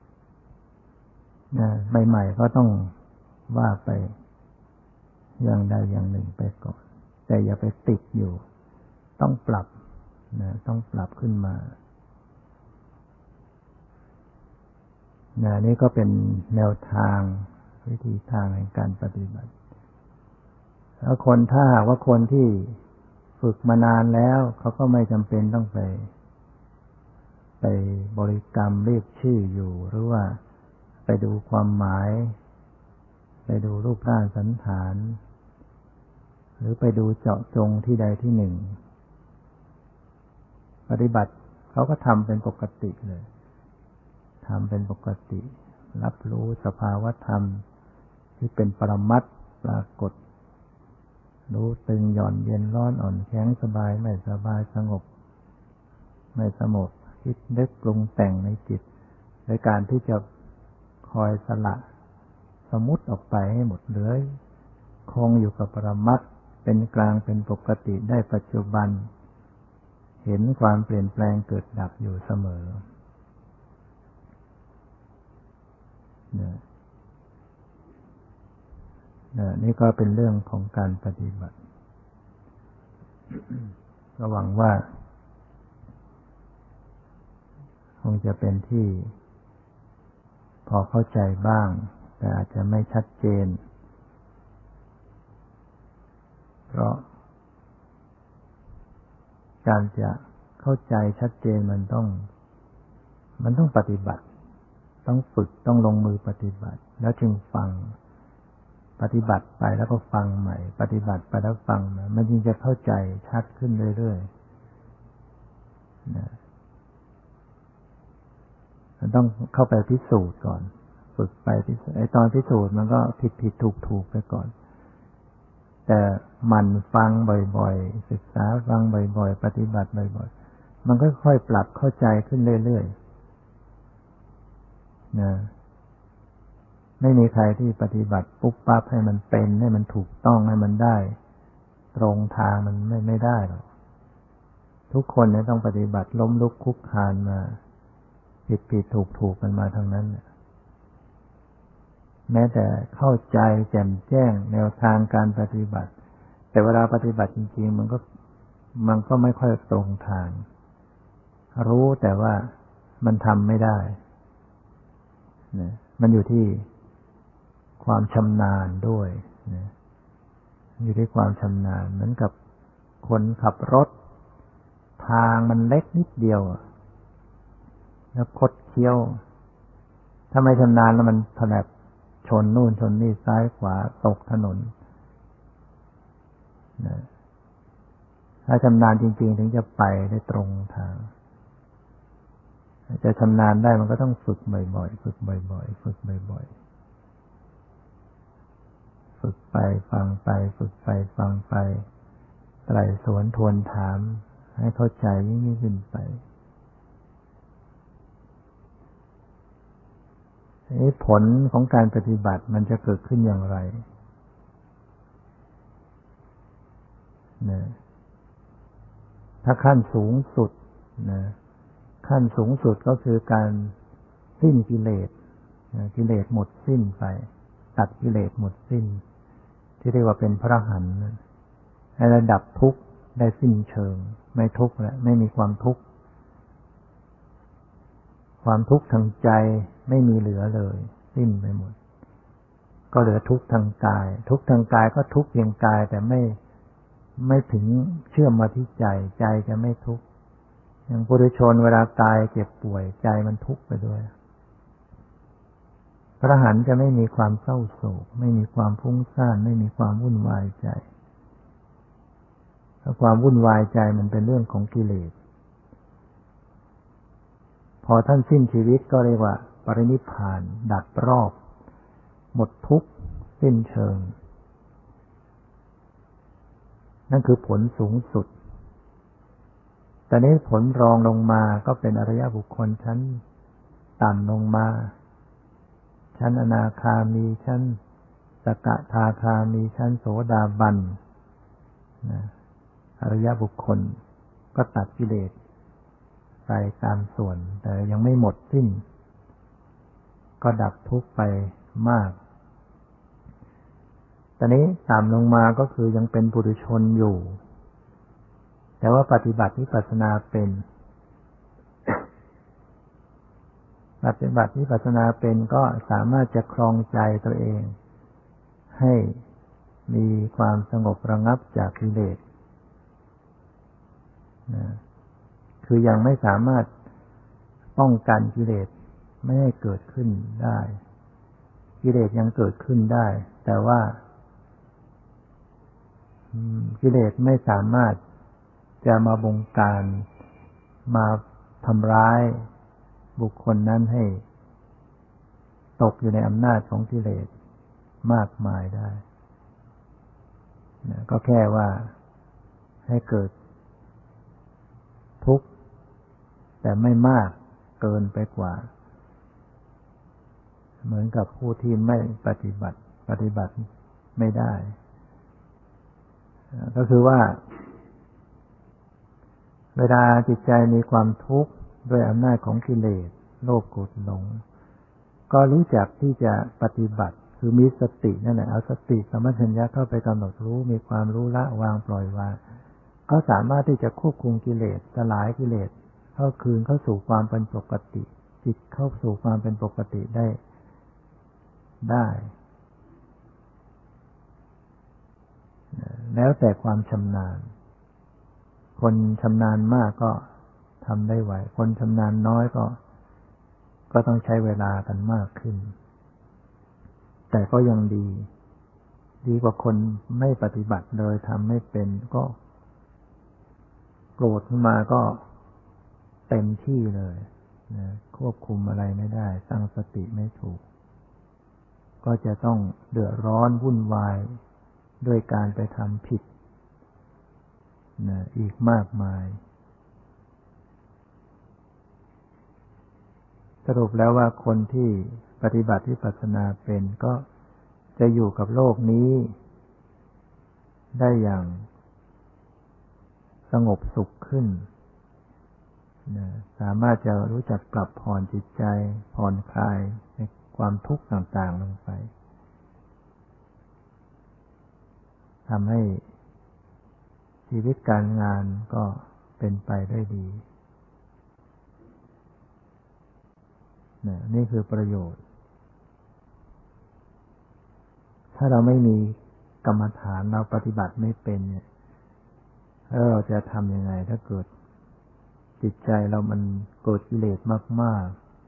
นะใหม่ๆก็ต้องว่าไปอย่างใดอย่างหนึ่งไปก่อนแต่อย่าไปติดอยู่ต้องปรับนะต้องปรับขึ้นมานะนี่ก็เป็นแนวทางวิธีทางในการปฏิบัติแล้วคนถ้าหากว่าคนที่ฝึกมานานแล้วเขาก็ไม่จำเป็นต้องไปไปบริกรรมเรียกชื่ออยู่หรือว่าไปดูความหมายไปดูรูปร่างสันฐานหรือไปดูเจาะจงที่ใดที่หนึ่งปฏิบัติเขาก็ทำเป็นปกติเลยทำเป็นปกติรับรู้สภาวะธรรมที่เป็นปรมัตถ์ปรากฏรู้ตึงหย่อนเย็นร้อนอ่อนแข็งสบายไม่สบายสงบไม่สงบคิดนึกปรุงแต่งในจิตในการที่จะคอยสละสมมุติออกไปให้หมดเลยคงอยู่กับปรมัตถ์เป็นกลางเป็นปกติได้ปัจจุบันเห็นความเปลี่ยนแปลงเกิดดับอยู่เสมอเนี่ยนี่ก็เป็นเรื่องของการปฏิบัติ ก็หวังว่าคงจะเป็นที่พอเข้าใจบ้างแต่อาจจะไม่ชัดเจนเพราะการจะเข้าใจชัดเจนมันต้องมันต้องปฏิบัติต้องฝึกต้องลงมือปฏิบัติแล้วจึงฟังปฏิบัติไปแล้วก็ฟังใหม่ปฏิบัติไปแล้วฟังใหม่มันจึงจะเข้าใจชัดขึ้นเรื่อยๆนะมันต้องเข้าไปพิสูจน์ก่อนฝึกไปพิสูจน์ไอ้ตอนพิสูจน์มันก็ผิดผิดถูกถูกไปก่อนแต่มันฟังบ่อยๆศึกษาฟังบ่อยๆปฏิบัติบ่อยๆมันก็ค่อยปรับเข้าใจขึ้นเรื่อยๆนะไม่มีใครที่ปฏิบัติปุ๊บปั๊บให้มันเป็นให้มันถูกต้องให้มันได้ตรงทางมันไม่ไม่ได้หรอกทุกคนเนี่ยต้องปฏิบัติล้มลุกคลุกคลานมาผิดผิดถูกถูกกันมาทั้งนั้นแม้แต่เข้าใจแจ่มแจ้งแนวทางการปฏิบัติแต่เวลาปฏิบัติจริงๆมันก็มันก็ไม่ค่อยตรงทางรู้แต่ว่ามันทำไม่ได้นะมันอยู่ที่ความชำนาญด้วยนะอยู่ที่ความชำนาญเหมือนกับคนขับรถทางมันเล็กนิดเดียวแล้วคดเคี้ยวถ้าไม่ชำนาญแล้วมันถลบชนนู่นชนนี่ซ้ายขวาตกถนนนะถ้าชำนาญจริงๆถึงจะไปได้ตรงทางจะชำนาญได้มันก็ต้องฝึกบ่อยๆฝึกบ่อยๆฝึกบ่อยๆฝึกไปฟังไปฝึกไปฟังไปไตร่สวนทวนถามให้เข้าใจยิ่งยิ่งขึ้นไปนี้ผลของการปฏิบัติมันจะเกิดขึ้นอย่างไรนะถ้าขั้นสูงสุดนะขั้นสูงสุดก็คือการสิ้นกิเลสนะกิเลสหมดสิ้นไปตัดกิเลสหมดสิ้นที่เรียกว่าเป็นพระอรหันต์ในระดับทุกข์ได้สิ้นเชิงไม่ทุกข์แล้วไม่มีความทุกข์ความทุกข์ทางใจไม่มีเหลือเลยสิ้นไปหมดก็เหลือทุกข์ทางกายทุกข์ทางกายก็ทุกข์เพียงกายแต่ไม่ไม่ถึงเชื่อมมาที่ใจใจจะไม่ทุกข์อย่างปุถุชนเวลากายเจ็บป่วยใจมันทุกข์ไปด้วยพระอรหันต์จะไม่มีความเศร้าโศกไม่มีความฟุ้งซ่านไม่มีความวุ่นวายใจเพราะความวุ่นวายใจมันเป็นเรื่องของกิเลสพอท่านสิ้นชีวิตก็เรียกว่าปรินิพพานดับรอบหมดทุกข์สิ้นเชิงนั่นคือผลสูงสุดแต่นี้ผลรองลงมาก็เป็นอริยบุคคลชั้นต่ำลงมาชั้นอนาคามีชั้นสกทาคามีชั้นโสดาบันนะอริยบุคคลก็ตัดกิเลสไปตามส่วนแต่ยังไม่หมดสิ้นก็ดับทุกข์ไปมากตอนนี้ต่ำลงมาก็คือยังเป็นปุถุชนอยู่แต่ว่าปฏิบัติวิปัสสนาเป็น ปฏิบัติวิปัสสนาเป็นก็สามารถจะครองใจตัวเองให้มีความสงบระงับจากกิเลสนะคือยังไม่สามารถป้องกันกิเลสไม่ให้เกิดขึ้นได้กิเลสยังเกิดขึ้นได้แต่ว่ากิเลสไม่สามารถจะมาบงการมาทำร้ายบุคคลนั้นให้ตกอยู่ในอำนาจของกิเลสมากมายได้นะก็แค่ว่าให้เกิดทุกข์แต่ไม่มากเกินไปกว่าเหมือนกับผู้ที่ไม่ปฏิบัติปฏิบัติไม่ได้ก็คือว่าเวลาจิตใจมีความทุกข์ด้วยอำนาจของกิเลสโลภโกรธหลงก็รู้จักที่จะปฏิบัติคือมีสตินั่นแหละเอาสติสัมปชัญญะเข้าไปกำหนดรู้มีความรู้ละวางปล่อยวางก็สามารถที่จะควบคุมกิเลสสลายกิเลสเข้าคืนเข้าสู่ความเป็นปกติจิตเข้าสู่ความเป็นปกติได้ได้แล้วแต่ความชำนาญคนชำนาญมากก็ทำได้ไวคนชำนาญน้อยก็ก็ต้องใช้เวลากันมากขึ้นแต่ก็ยังดีดีกว่าคนไม่ปฏิบัติเลยทำไม่เป็นก็โกรธขึ้นมาก็เต็มที่เลยนะควบคุมอะไรไม่ได้ตั้งสติไม่ถูกก็จะต้องเดือดร้อนวุ่นวายด้วยการไปทำผิดนะอีกมากมายสรุปแล้วว่าคนที่ปฏิบัติวิปัสสนาเป็นก็จะอยู่กับโลกนี้ได้อย่างสงบสุขขึ้นนะสามารถจะรู้จักปรับผ่อนจิตใจผ่อนคลายในความทุกข์ต่างๆลงไปทำให้ชีวิตการงานก็เป็นไปได้ดีนะนี่คือประโยชน์ถ้าเราไม่มีกรรมฐานเราปฏิบัติไม่เป็นเนี่ยแล้วเราจะทำยังไงถ้าเกิดจิตใจเรามันเกิดกิเลสมาก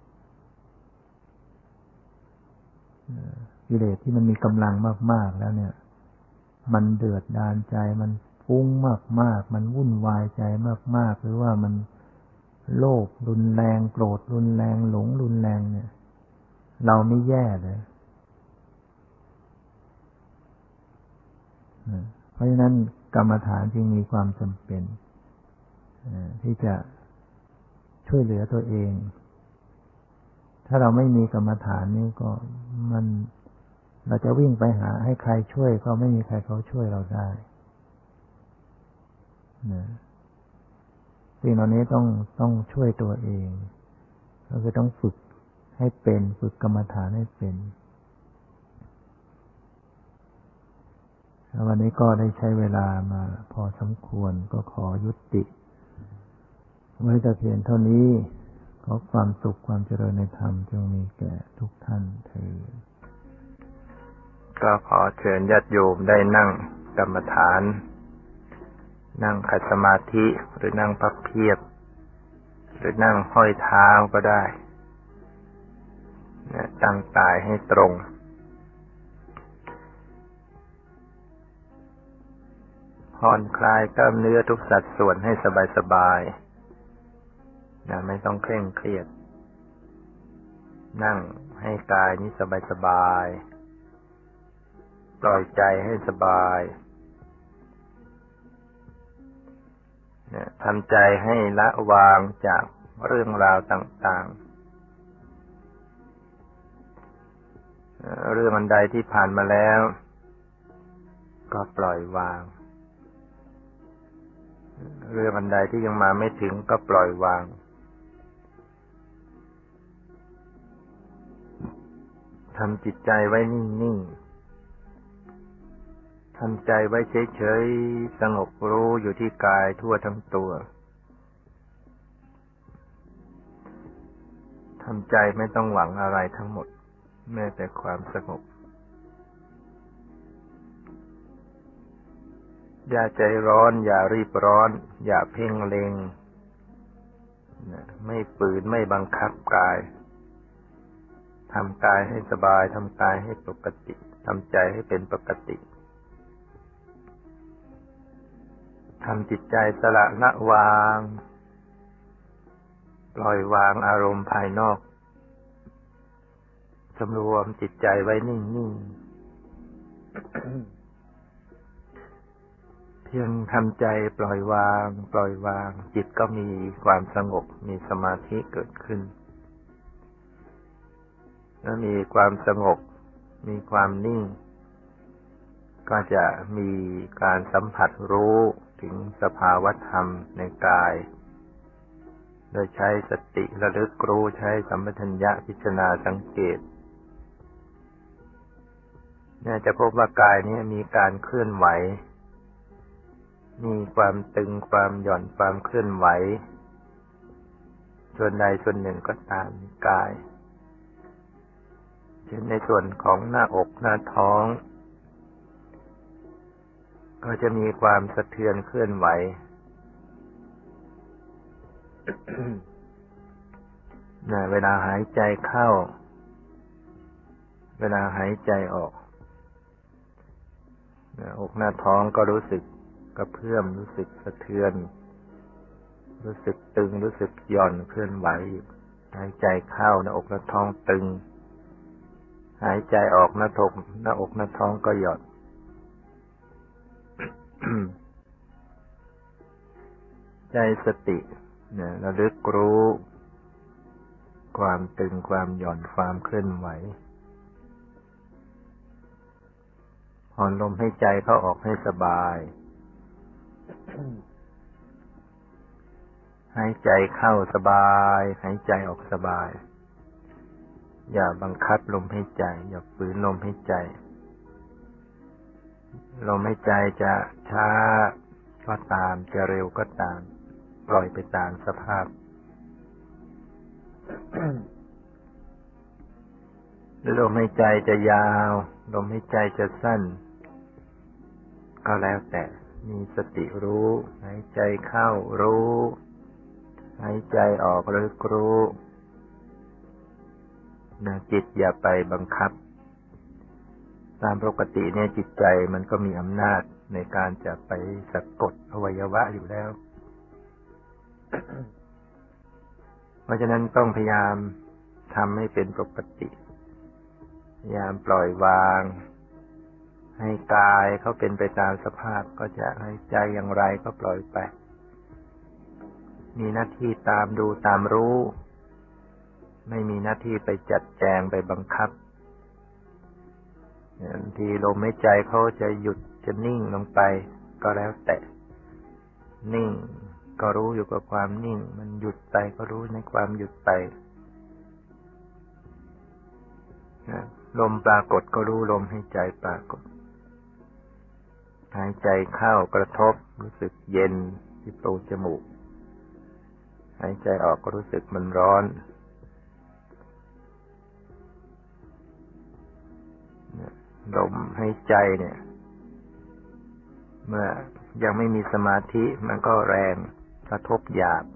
ๆกิเลสที่มันมีกำลังมากๆแล้วเนี่ยมันเดือดดาลใจมันฟุ้งมากๆมันวุ่นวายใจมากๆหรือว่ามันโลภรุนแรงโกรธรุนแรงหลงรุนแรงเนี่ยเราไม่แย่เลยเพราะฉะนั้นกรรมฐานจึงมีความจำเป็นที่จะช่วยเหลือตัวเองถ้าเราไม่มีกรรมฐานนี่ก็มันเราจะวิ่งไปหาให้ใครช่วยก็ไม่มีใครเขาช่วยเราได้นะสิ่งเหล่านี้ต้องต้องช่วยตัวเองก็คือต้องฝึกให้เป็นฝึกกรรมฐานให้เป็นวันนี้ก็ได้ใช้เวลามาพอสมควรก็ขอยุติไว้แต่เพียงเท่านี้ขอความสุขความเจริญในธรรมจงมีแก่ทุกท่านเถิดก็ขอเชิญญาติโยมได้นั่งกรรมฐานนั่งขัดสมาธิหรือนั่งพับเพียบหรือนั่งห้อยเท้าก็ได้ตั้งกายให้ตรงผ่อนคลายกล้ามเนื้อทุกสัดส่วนให้สบายๆนะไม่ต้องเคร่งเครียดนั่งให้กายนี้สบายๆปล่อยใจให้สบายนะทำใจให้ละวางจากเรื่องราวต่างๆเรื่องอันใดที่ผ่านมาแล้วก็ปล่อยวางเรื่องอันใดที่ยังมาไม่ถึงก็ปล่อยวางทำจิตใจไว้นิ่งๆทำใจไว้เฉยๆสงบรู้อยู่ที่กายทั่วทั้งตัวทำใจไม่ต้องหวังอะไรทั้งหมดแม้แต่ความสงบอย่าใจร้อนอย่ารีบร้อนอย่าเพ่งเล็งไม่ฝืนไม่บังคับกายทำกายให้สบายทำกายให้ปกติทำใจให้เป็นปกติทำจิตใจสละละวางปล่อยวางอารมณ์ภายนอกสำรวมจิตใจไว้นิ่งๆเพียงทำใจปล่อยวางปล่อยวางจิตก็มีความสงบมีสมาธิเกิดขึ้นและมีความสงบมีความนิ่งก็จะมีการสัมผัสรู้ถึงสภาวะธรรมในกายโดยใช้สติระลึกรู้ใช้สัมปชัญญะพิจารณาสังเกตเนี่ยจะพบว่ากายนี้มีการเคลื่อนไหวมีความตึงความหย่อนความเคลื่อนไหวส่วนใดส่วนหนึ่งก็ตามในกายเช่นในส่วนของหน้าอกหน้าท้องก็จะมีความสะเทือนเคลื่อนไหว นะเวลาหายใจเข้าเวลาหายใจออกนะอกหน้าท้องก็รู้สึกกระเพื่อมรู้สึกสะเทือนรู้สึกตึงรู้สึกหย่อนเคลื่อนไหวหายใจเข้าหน้าอกหน้าท้องตึงหายใจออกหน้าอกหน้าอกหน้าท้องก็หย่อน ใจสติเนี่ยระลึกรู้ความตึงความหย่อนความเคลื่อนไหวผ่อนลมให้ใจเข้าออกให้สบาย หายใจเข้าสบายหายใจออกสบายอย่าบังคับลมหายใจอย่าฝืนลมหายใจลมหายใจจะช้าก็ตามจะเร็วก็ตามปล่อยไปตามสภาพ ลมหายใจจะยาวลมหายใจจะสั้นก็แล้วแต่มีสติรู้หายใจเข้ารู้หายใจออกรู้รู้นะจิตอย่าไปบังคับตามปกติเนี่ยจิตใจมันก็มีอำนาจในการจะไปสะกดอวัยวะอยู่แล้ว เพราะฉะนั้นต้องพยายามทำให้เป็นปกติพยายามปล่อยวางให้กายเขาเป็นไปตามสภาพก็จะหายใจอย่างไรก็ปล่อยไปมีหน้าที่ตามดูตามรู้ไม่มีหน้าที่ไปจัดแจงไปบังคับบางทีลมหายใจเขาจะหยุดจะนิ่งลงไปก็แล้วแต่นิ่งก็รู้อยู่กับความนิ่งมันหยุดไปก็รู้ในความหยุดไปลมปรากฏก็รู้ลมหายใจปรากฏหายใจเข้ากระทบรู้สึกเย็นที่โพรงจมูกหายใจออกก็รู้สึกมันร้อนลมหายใจเนี่ยเมื่อยังไม่มีสมาธิมันก็แรงกระทบหยาบ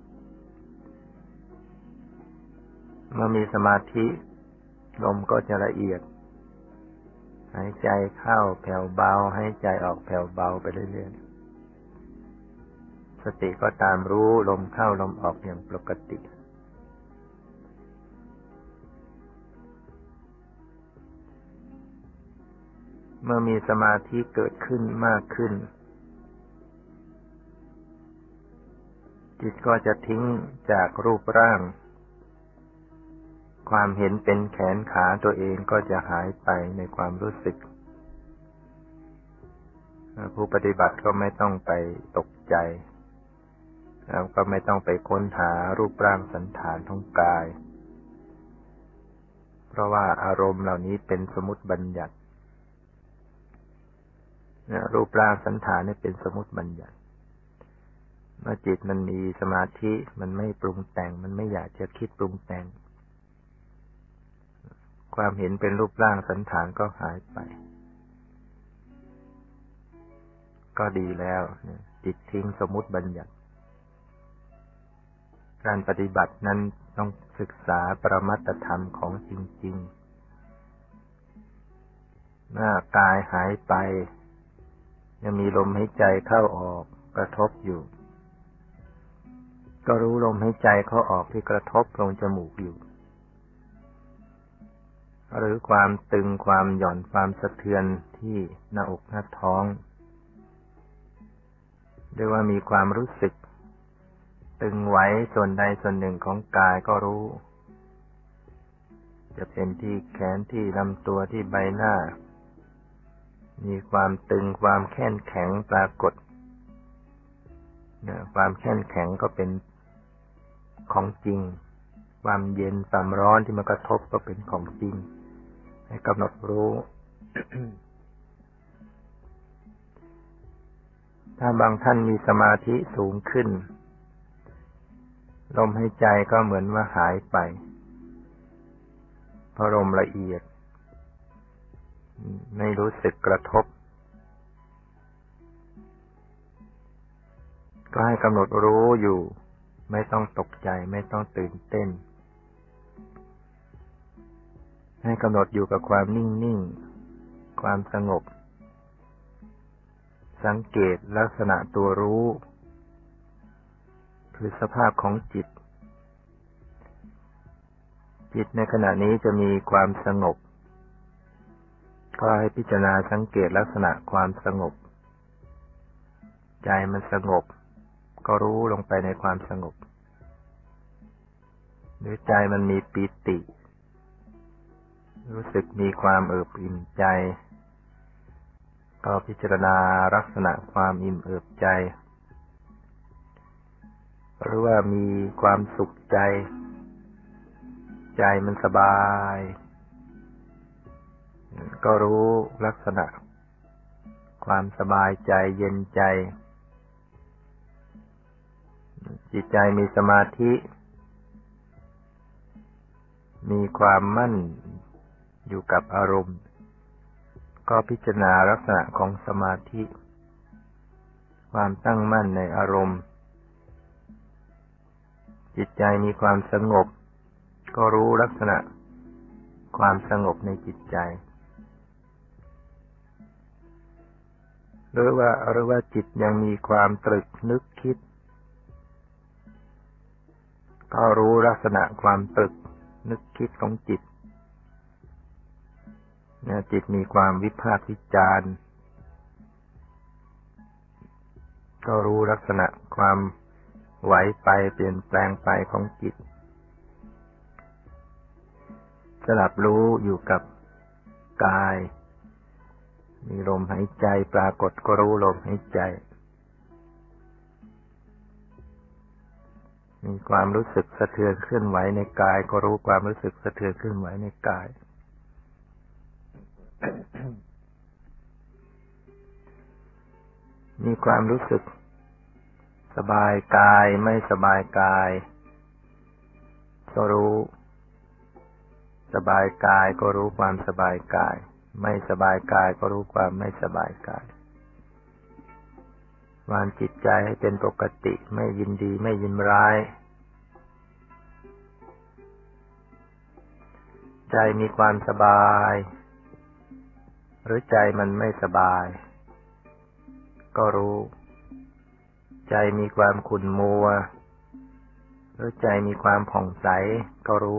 เมื่อมีสมาธิลมก็จะละเอียดหายใจเข้าแผ่วเบาหายใจออกแผ่วเบาไปเรื่อยๆสติก็ตามรู้ลมเข้าลมออกอย่างปกติเมื่อมีสมาธิเกิดขึ้นมากขึ้นจิตก็จะทิ้งจากรูปร่างความเห็นเป็นแขนขาตัวเองก็จะหายไปในความรู้สึกผู้ปฏิบัติก็ไม่ต้องไปตกใจแล้วก็ไม่ต้องไปค้นหารูปร่างสันฐานของกายเพราะว่าอารมณ์เหล่านี้เป็นสมมุติบัญญัติรูปร่างสันฐานนี่เป็นสมมุติบัญญัติเมื่อจิตมันมีสมาธิมันไม่ปรุงแต่งมันไม่อยากจะคิดปรุงแต่งความเห็นเป็นรูปร่างสันฐานก็หายไปก็ดีแล้วจิตทิ้งสมมุติบัญญัติการปฏิบัตินั้นต้องศึกษาปรมัตถธรรมของจริงๆเมื่อกายหายไปยังมีลมหายใจเข้าออกกระทบอยู่ก็รู้ลมหายใจเข้าออกที่กระทบโพรงจมูกอยู่หรือความตึงความหย่อนความสะเทือนที่หน้าอกหน้าท้องหรือว่ามีความรู้สึกตึงไหวส่วนใดส่วนหนึ่งของกายก็รู้จะเป็นที่แขนที่ลำตัวที่ใบหน้ามีความตึงความแข็งแข็งปรากฏความแข็งแข็งก็เป็นของจริงความเย็นความร้อนที่มากระทบก็เป็นของจริงให้กำหนดรู้ ถ้าบางท่านมีสมาธิสูงขึ้นลมหายใจก็เหมือนว่าหายไปเพราะลมละเอียดไม่รู้สึกกระทบก็ให้กำหนดรู้อยู่ไม่ต้องตกใจไม่ต้องตื่นเต้นให้กำหนดอยู่กับความนิ่งๆความสงบสังเกตลักษณะตัวรู้คือสภาพของจิตจิตในขณะนี้จะมีความสงบก็ให้พิจารณาสังเกตลักษณะความสงบใจมันสงบก็รู้ลงไปในความสงบหรือใจมันมีปีติรู้สึกมีความเอิบอิ่มใจก็พิจารณาลักษณะความอิ่มเอิบใจหรือว่ามีความสุขใจใจมันสบายก็รู้ลักษณะความสบายใจเย็นใจจิตใจมีสมาธิมีความมั่นอยู่กับอารมณ์ก็พิจารณาลักษณะของสมาธิความตั้งมั่นในอารมณ์จิตใจมีความสงบก็รู้ลักษณะความสงบในจิตใจหรือว่าหรือว่าจิตยังมีความตรึกนึกคิดก็รู้ลักษณะความตรึกนึกคิดของจิตเนี่ยจิตมีความวิพากษ์วิจารณ์ก็รู้ลักษณะความไหวไปเปลี่ยนแปลงไปของจิตสลับรู้อยู่กับกายมีลมหายใจปรากฏก็รู้ลมหายใจมีความรู้สึกสะเทือนเคลื่อนไหวในกายก็รู้ความรู้สึกสะเทือนเคลื่อนไหวในกาย มีความรู้สึกสบายกายไม่สบายกายก็รู้สบายกายก็รู้ความสบายกายไม่สบายกายก็รู้ความไม่สบายกายวางจิตใจให้เป็นปกติไม่ยินดีไม่ยินร้ายใจมีความสบายหรือใจมันไม่สบายก็รู้ใจมีความขุ่นมัวหรือใจมีความผ่องใสก็รู้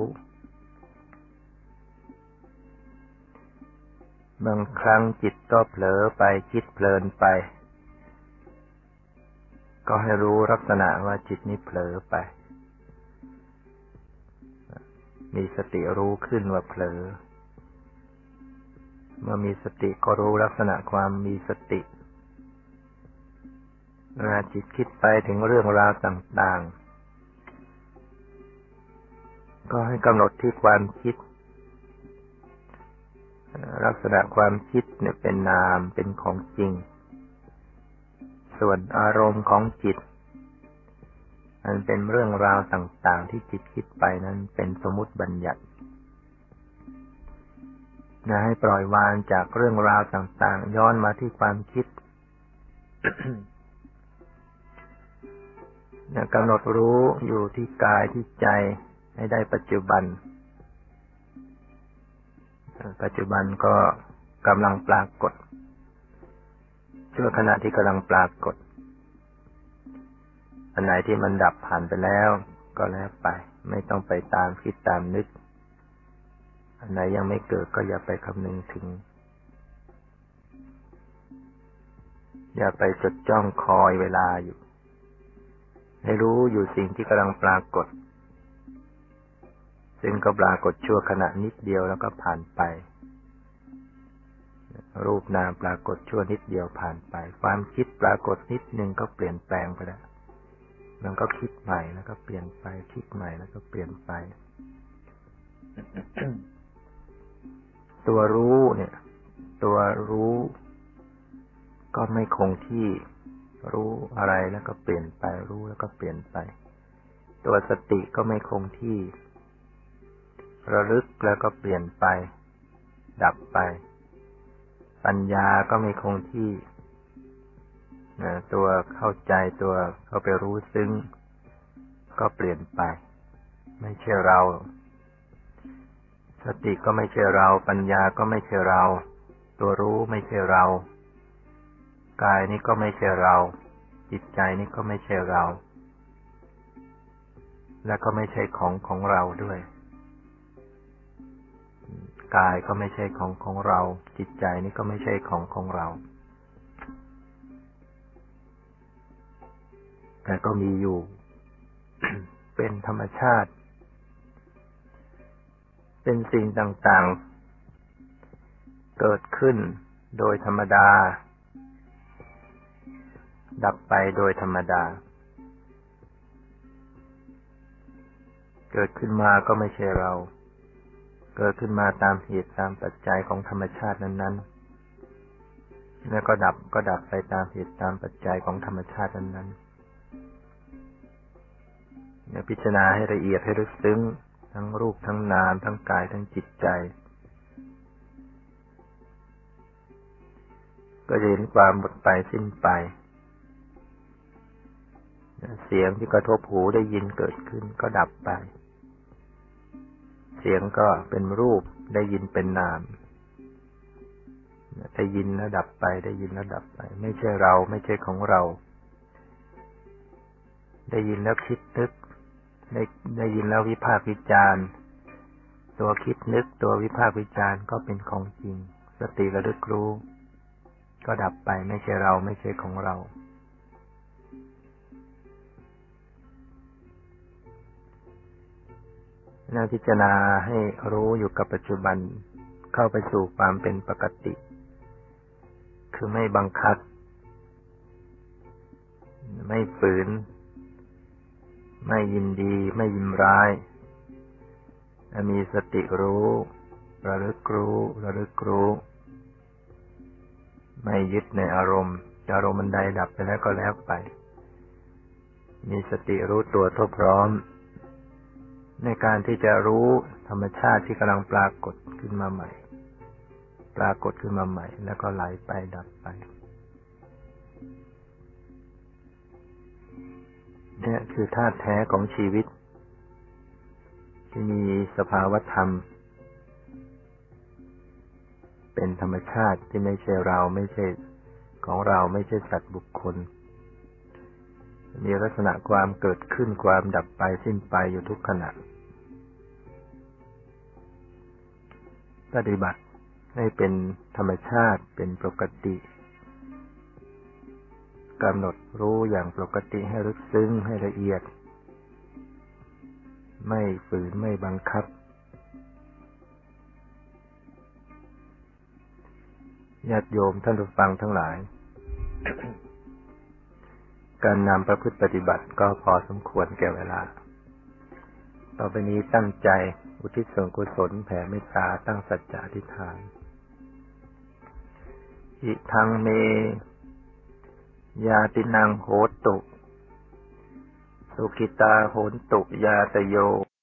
บางครั้งจิตก็เผลอไปคิดเพลินไปก็ให้รู้ลักษณะว่าจิตนี้เผลอไปมีสติรู้ขึ้นว่าเผลอเมื่อมีสติก็รู้ลักษณะความมีสติเวลาจิตคิดไปถึงเรื่องราวต่างๆก็ให้กำหนดที่ความคิดลักษณะความคิดเนี่ยเป็นนามเป็นของจริงส่วนอารมณ์ของจิตมันเป็นเรื่องราวต่างๆที่จิตคิดไปนั้นเป็นสมมุติบัญญัตินะให้ปล่อยวางจากเรื่องราวต่างๆย้อนมาที่ความคิด นะกำหนดรู้อยู่ที่กายที่ใจให้ได้ปัจจุบันปัจจุบันก็กำลังปรากฏชั่วขณะที่กำลังปรากฏอันไหนที่มันดับผ่านไปแล้วก็แล้วไปไม่ต้องไปตามคิดตามนึกอันไหนยังไม่เกิดก็อย่าไปคำนึงถึงอย่าไปจดจ้องคอยเวลาอยู่ให้รู้อยู่สิ่งที่กำลังปรากฏซึ่งก็ปรากฏชั่วขณะนิดเดียวแล้วก็ผ่านไปรูปนามปรากฏชั่วนิดเดียวผ่านไปความคิดปรากฏนิดนึงก็เปลี่ยนแปลงไปแล้วมันก็คิดใหม่แล้วก็เปลี่ยนไปคิดใหม่แล้วก็เปลี่ยนไป ตัวรู้เนี่ยตัวรู้ก็ไม่คงที่รู้อะไรแล้วก็เปลี่ยนไปรู้แล้วก็เปลี่ยนไปตัวสติก็ไม่คงที่ระลึกแล้วก็เปลี่ยนไปดับไปปัญญาก็ไม่คงที่นะตัวเข้าใจตัวเข้าไปรู้ซึ้งก็เปลี่ยนไปไม่ใช่เราสติก็ไม่ใช่เราปัญญาก็ไม่ใช่เราตัวรู้ไม่ใช่เรากายนี้ก็ไม่ใช่เราจิตใจนี้ก็ไม่ใช่เราและก็ไม่ใช่ของของเราด้วยกายก็ไม่ใช่ของของเราจิตใจนี้ก็ไม่ใช่ของของเราแต่ก็มีอยู่ เป็นธรรมชาติเป็นสิ่งต่างๆเกิดขึ้นโดยธรรมดาดับไปโดยธรรมดาเกิดขึ้นมาก็ไม่ใช่เราเกิดขึ้นมาตามเหตุตามปัจจัยของธรรมชาตินั้นๆแล้วก็ดับก็ดับไปตามเหตุตามปัจจัยของธรรมชาตินั้นๆเนี่ยพิจารณาให้ละเอียดให้ลึกซึ้งทั้งรูปทั้งนามทั้งกายทั้งจิตใจก็จะเห็นความหมดไปสิ้นไปเสียงที่กระทบหูได้ยินเกิดขึ้นก็ดับไปเสียงก็เป็นรูปได้ยินเป็นนามได้ยินแล้วดับไปได้ยินแล้วดับไปไม่ใช่เราไม่ใช่ของเราได้ยินแล้วคิดนึกได้ได้ยินแล้ววิพากษ์วิจารณ์ตัวคิดนึกตัววิพากษ์วิจารณ์ก็เป็นของจริงสติระลึกรู้ก็ดับไปไม่ใช่เราไม่ใช่ของเราน่าพิจารณาให้รู้อยู่กับปัจจุบันเข้าไปสู่ความเป็นปกติคือไม่บังคับไม่ฝืนไม่ยินดีไม่ยินร้ายมีสติรู้ระลึกรู้ระลึกรู้ไม่ยึดในอารมณ์อารมณ์มันใดดับไปแล้วก็แล้วไปมีสติรู้ตัวทั่วพร้อมในการที่จะรู้ธรรมชาติที่กำลังปรากฏขึ้นมาใหม่ปรากฏขึ้นมาใหม่แล้วก็ไหลไปดับไปเนี่ยคือธาตุแท้ของชีวิตที่มีสภาวธรรมเป็นธรรมชาติที่ไม่ใช่เราไม่ใช่ของเราไม่ใช่สัตว์บุคคลมีลักษณะความเกิดขึ้นความดับไปสิ้นไปอยู่ทุกขณะปฏิบัติให้เป็นธรรมชาติเป็นปกติกำหนดรู้อย่างปกติให้ลึกซึ้งให้ละเอียดไม่ฝืนไม่บังคับญาติโยมท่านผู้ฟังทั้งหลาย การนำประพฤติปฏิบัติก็พอสมควรแก่เวลาต่อไปนี้ตั้งใจอุทิศส่วนกุศลแผ่เมตตาตั้งสัจจะอธิษฐานอิทังเมยาตินังโหตุสุขิตาโหนตุยาตโย